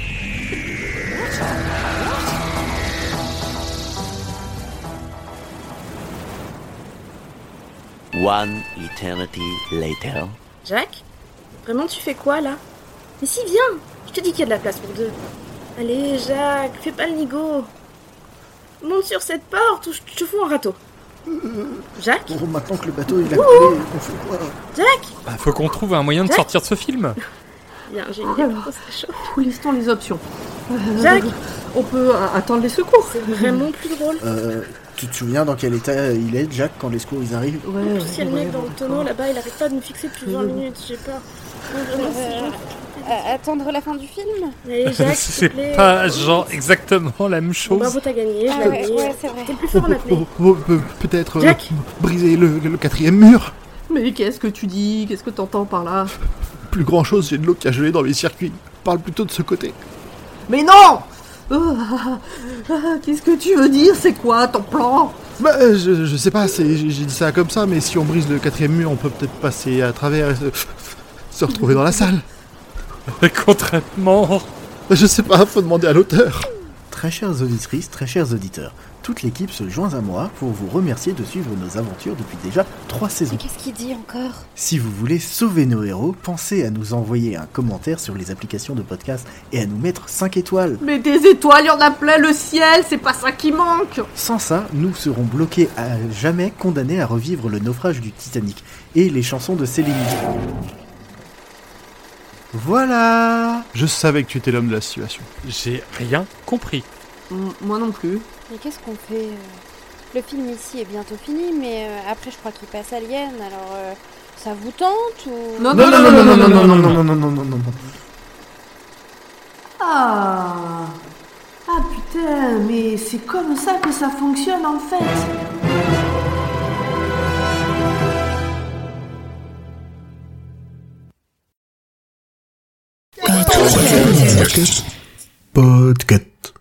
One eternity later. Jacques? Vraiment, tu fais quoi, là? Mais si, viens! Je te dis qu'il y a de la place pour deux. Allez, Jacques, fais pas le nigo. Monte sur cette porte ou je te fous en râteau. Jacques? Bon, maintenant que le bateau il a coulé, on fait quoi? Jacques? Bah, faut qu'on trouve un moyen de Jack sortir de ce film. Bien, j'ai une idée pour qu'on se réchauffe. Listons les options. Jacques? On peut euh, attendre les secours. C'est vraiment plus drôle. Euh, tu te souviens dans quel état il est, Jack, quand les secours ils arrivent? Ouais, En plus, il y a le mec dans le tonneau là-bas, il arrête pas de me fixer depuis vingt minutes, j'ai peur. Non, vraiment, c'est Euh, gentil. euh, attendre la fin du film? Allez, Jacques, s'il C'est te plaît. pas genre exactement la même Bon, chose. bravo, t'as gagné, je Ah l'ai ouais, gagné. ouais, c'est vrai. T'es le plus fort en apnée. Oh, pe- peut-être euh, Jack briser le, le quatrième mur. Mais qu'est-ce que tu dis? Qu'est-ce que t'entends par là? Plus grand chose, j'ai de l'eau qui a gelé dans les circuits. Parle plutôt de ce côté. Mais non! Oh, ah, ah, qu'est-ce que tu veux dire? C'est quoi ton plan? Bah, euh, je, je sais pas, c'est, j'ai j'ai dit ça comme ça, mais si on brise le quatrième mur, on peut peut-être passer à travers et se, se retrouver dans la salle. Concrètement. Je sais pas, faut demander à l'auteur. Très chères auditrices, très chers auditeurs, toute l'équipe se joint à moi pour vous remercier de suivre nos aventures depuis déjà trois saisons. Mais qu'est-ce qu'il dit encore? Si vous voulez sauver nos héros, pensez à nous envoyer un commentaire sur les applications de podcast et à nous mettre cinq étoiles. Mais des étoiles, il y en a plein le ciel, c'est pas ça qui manque! Sans ça, nous serons bloqués à jamais, condamnés à revivre le naufrage du Titanic et les chansons de Céline Dion. Voilà. Je savais que tu étais l'homme de la situation. J'ai rien compris. Mm, moi non plus. Mais qu'est-ce qu'on fait? euh Le film ici est bientôt fini, mais euh, après je crois qu'il passe Alien, alors euh, ça vous tente ou... Non, Non, non, non, non, non, non, non, non, non, non, non, non, non. Ah. Ah putain, mais c'est comme ça que ça fonctionne en fait. Podcast.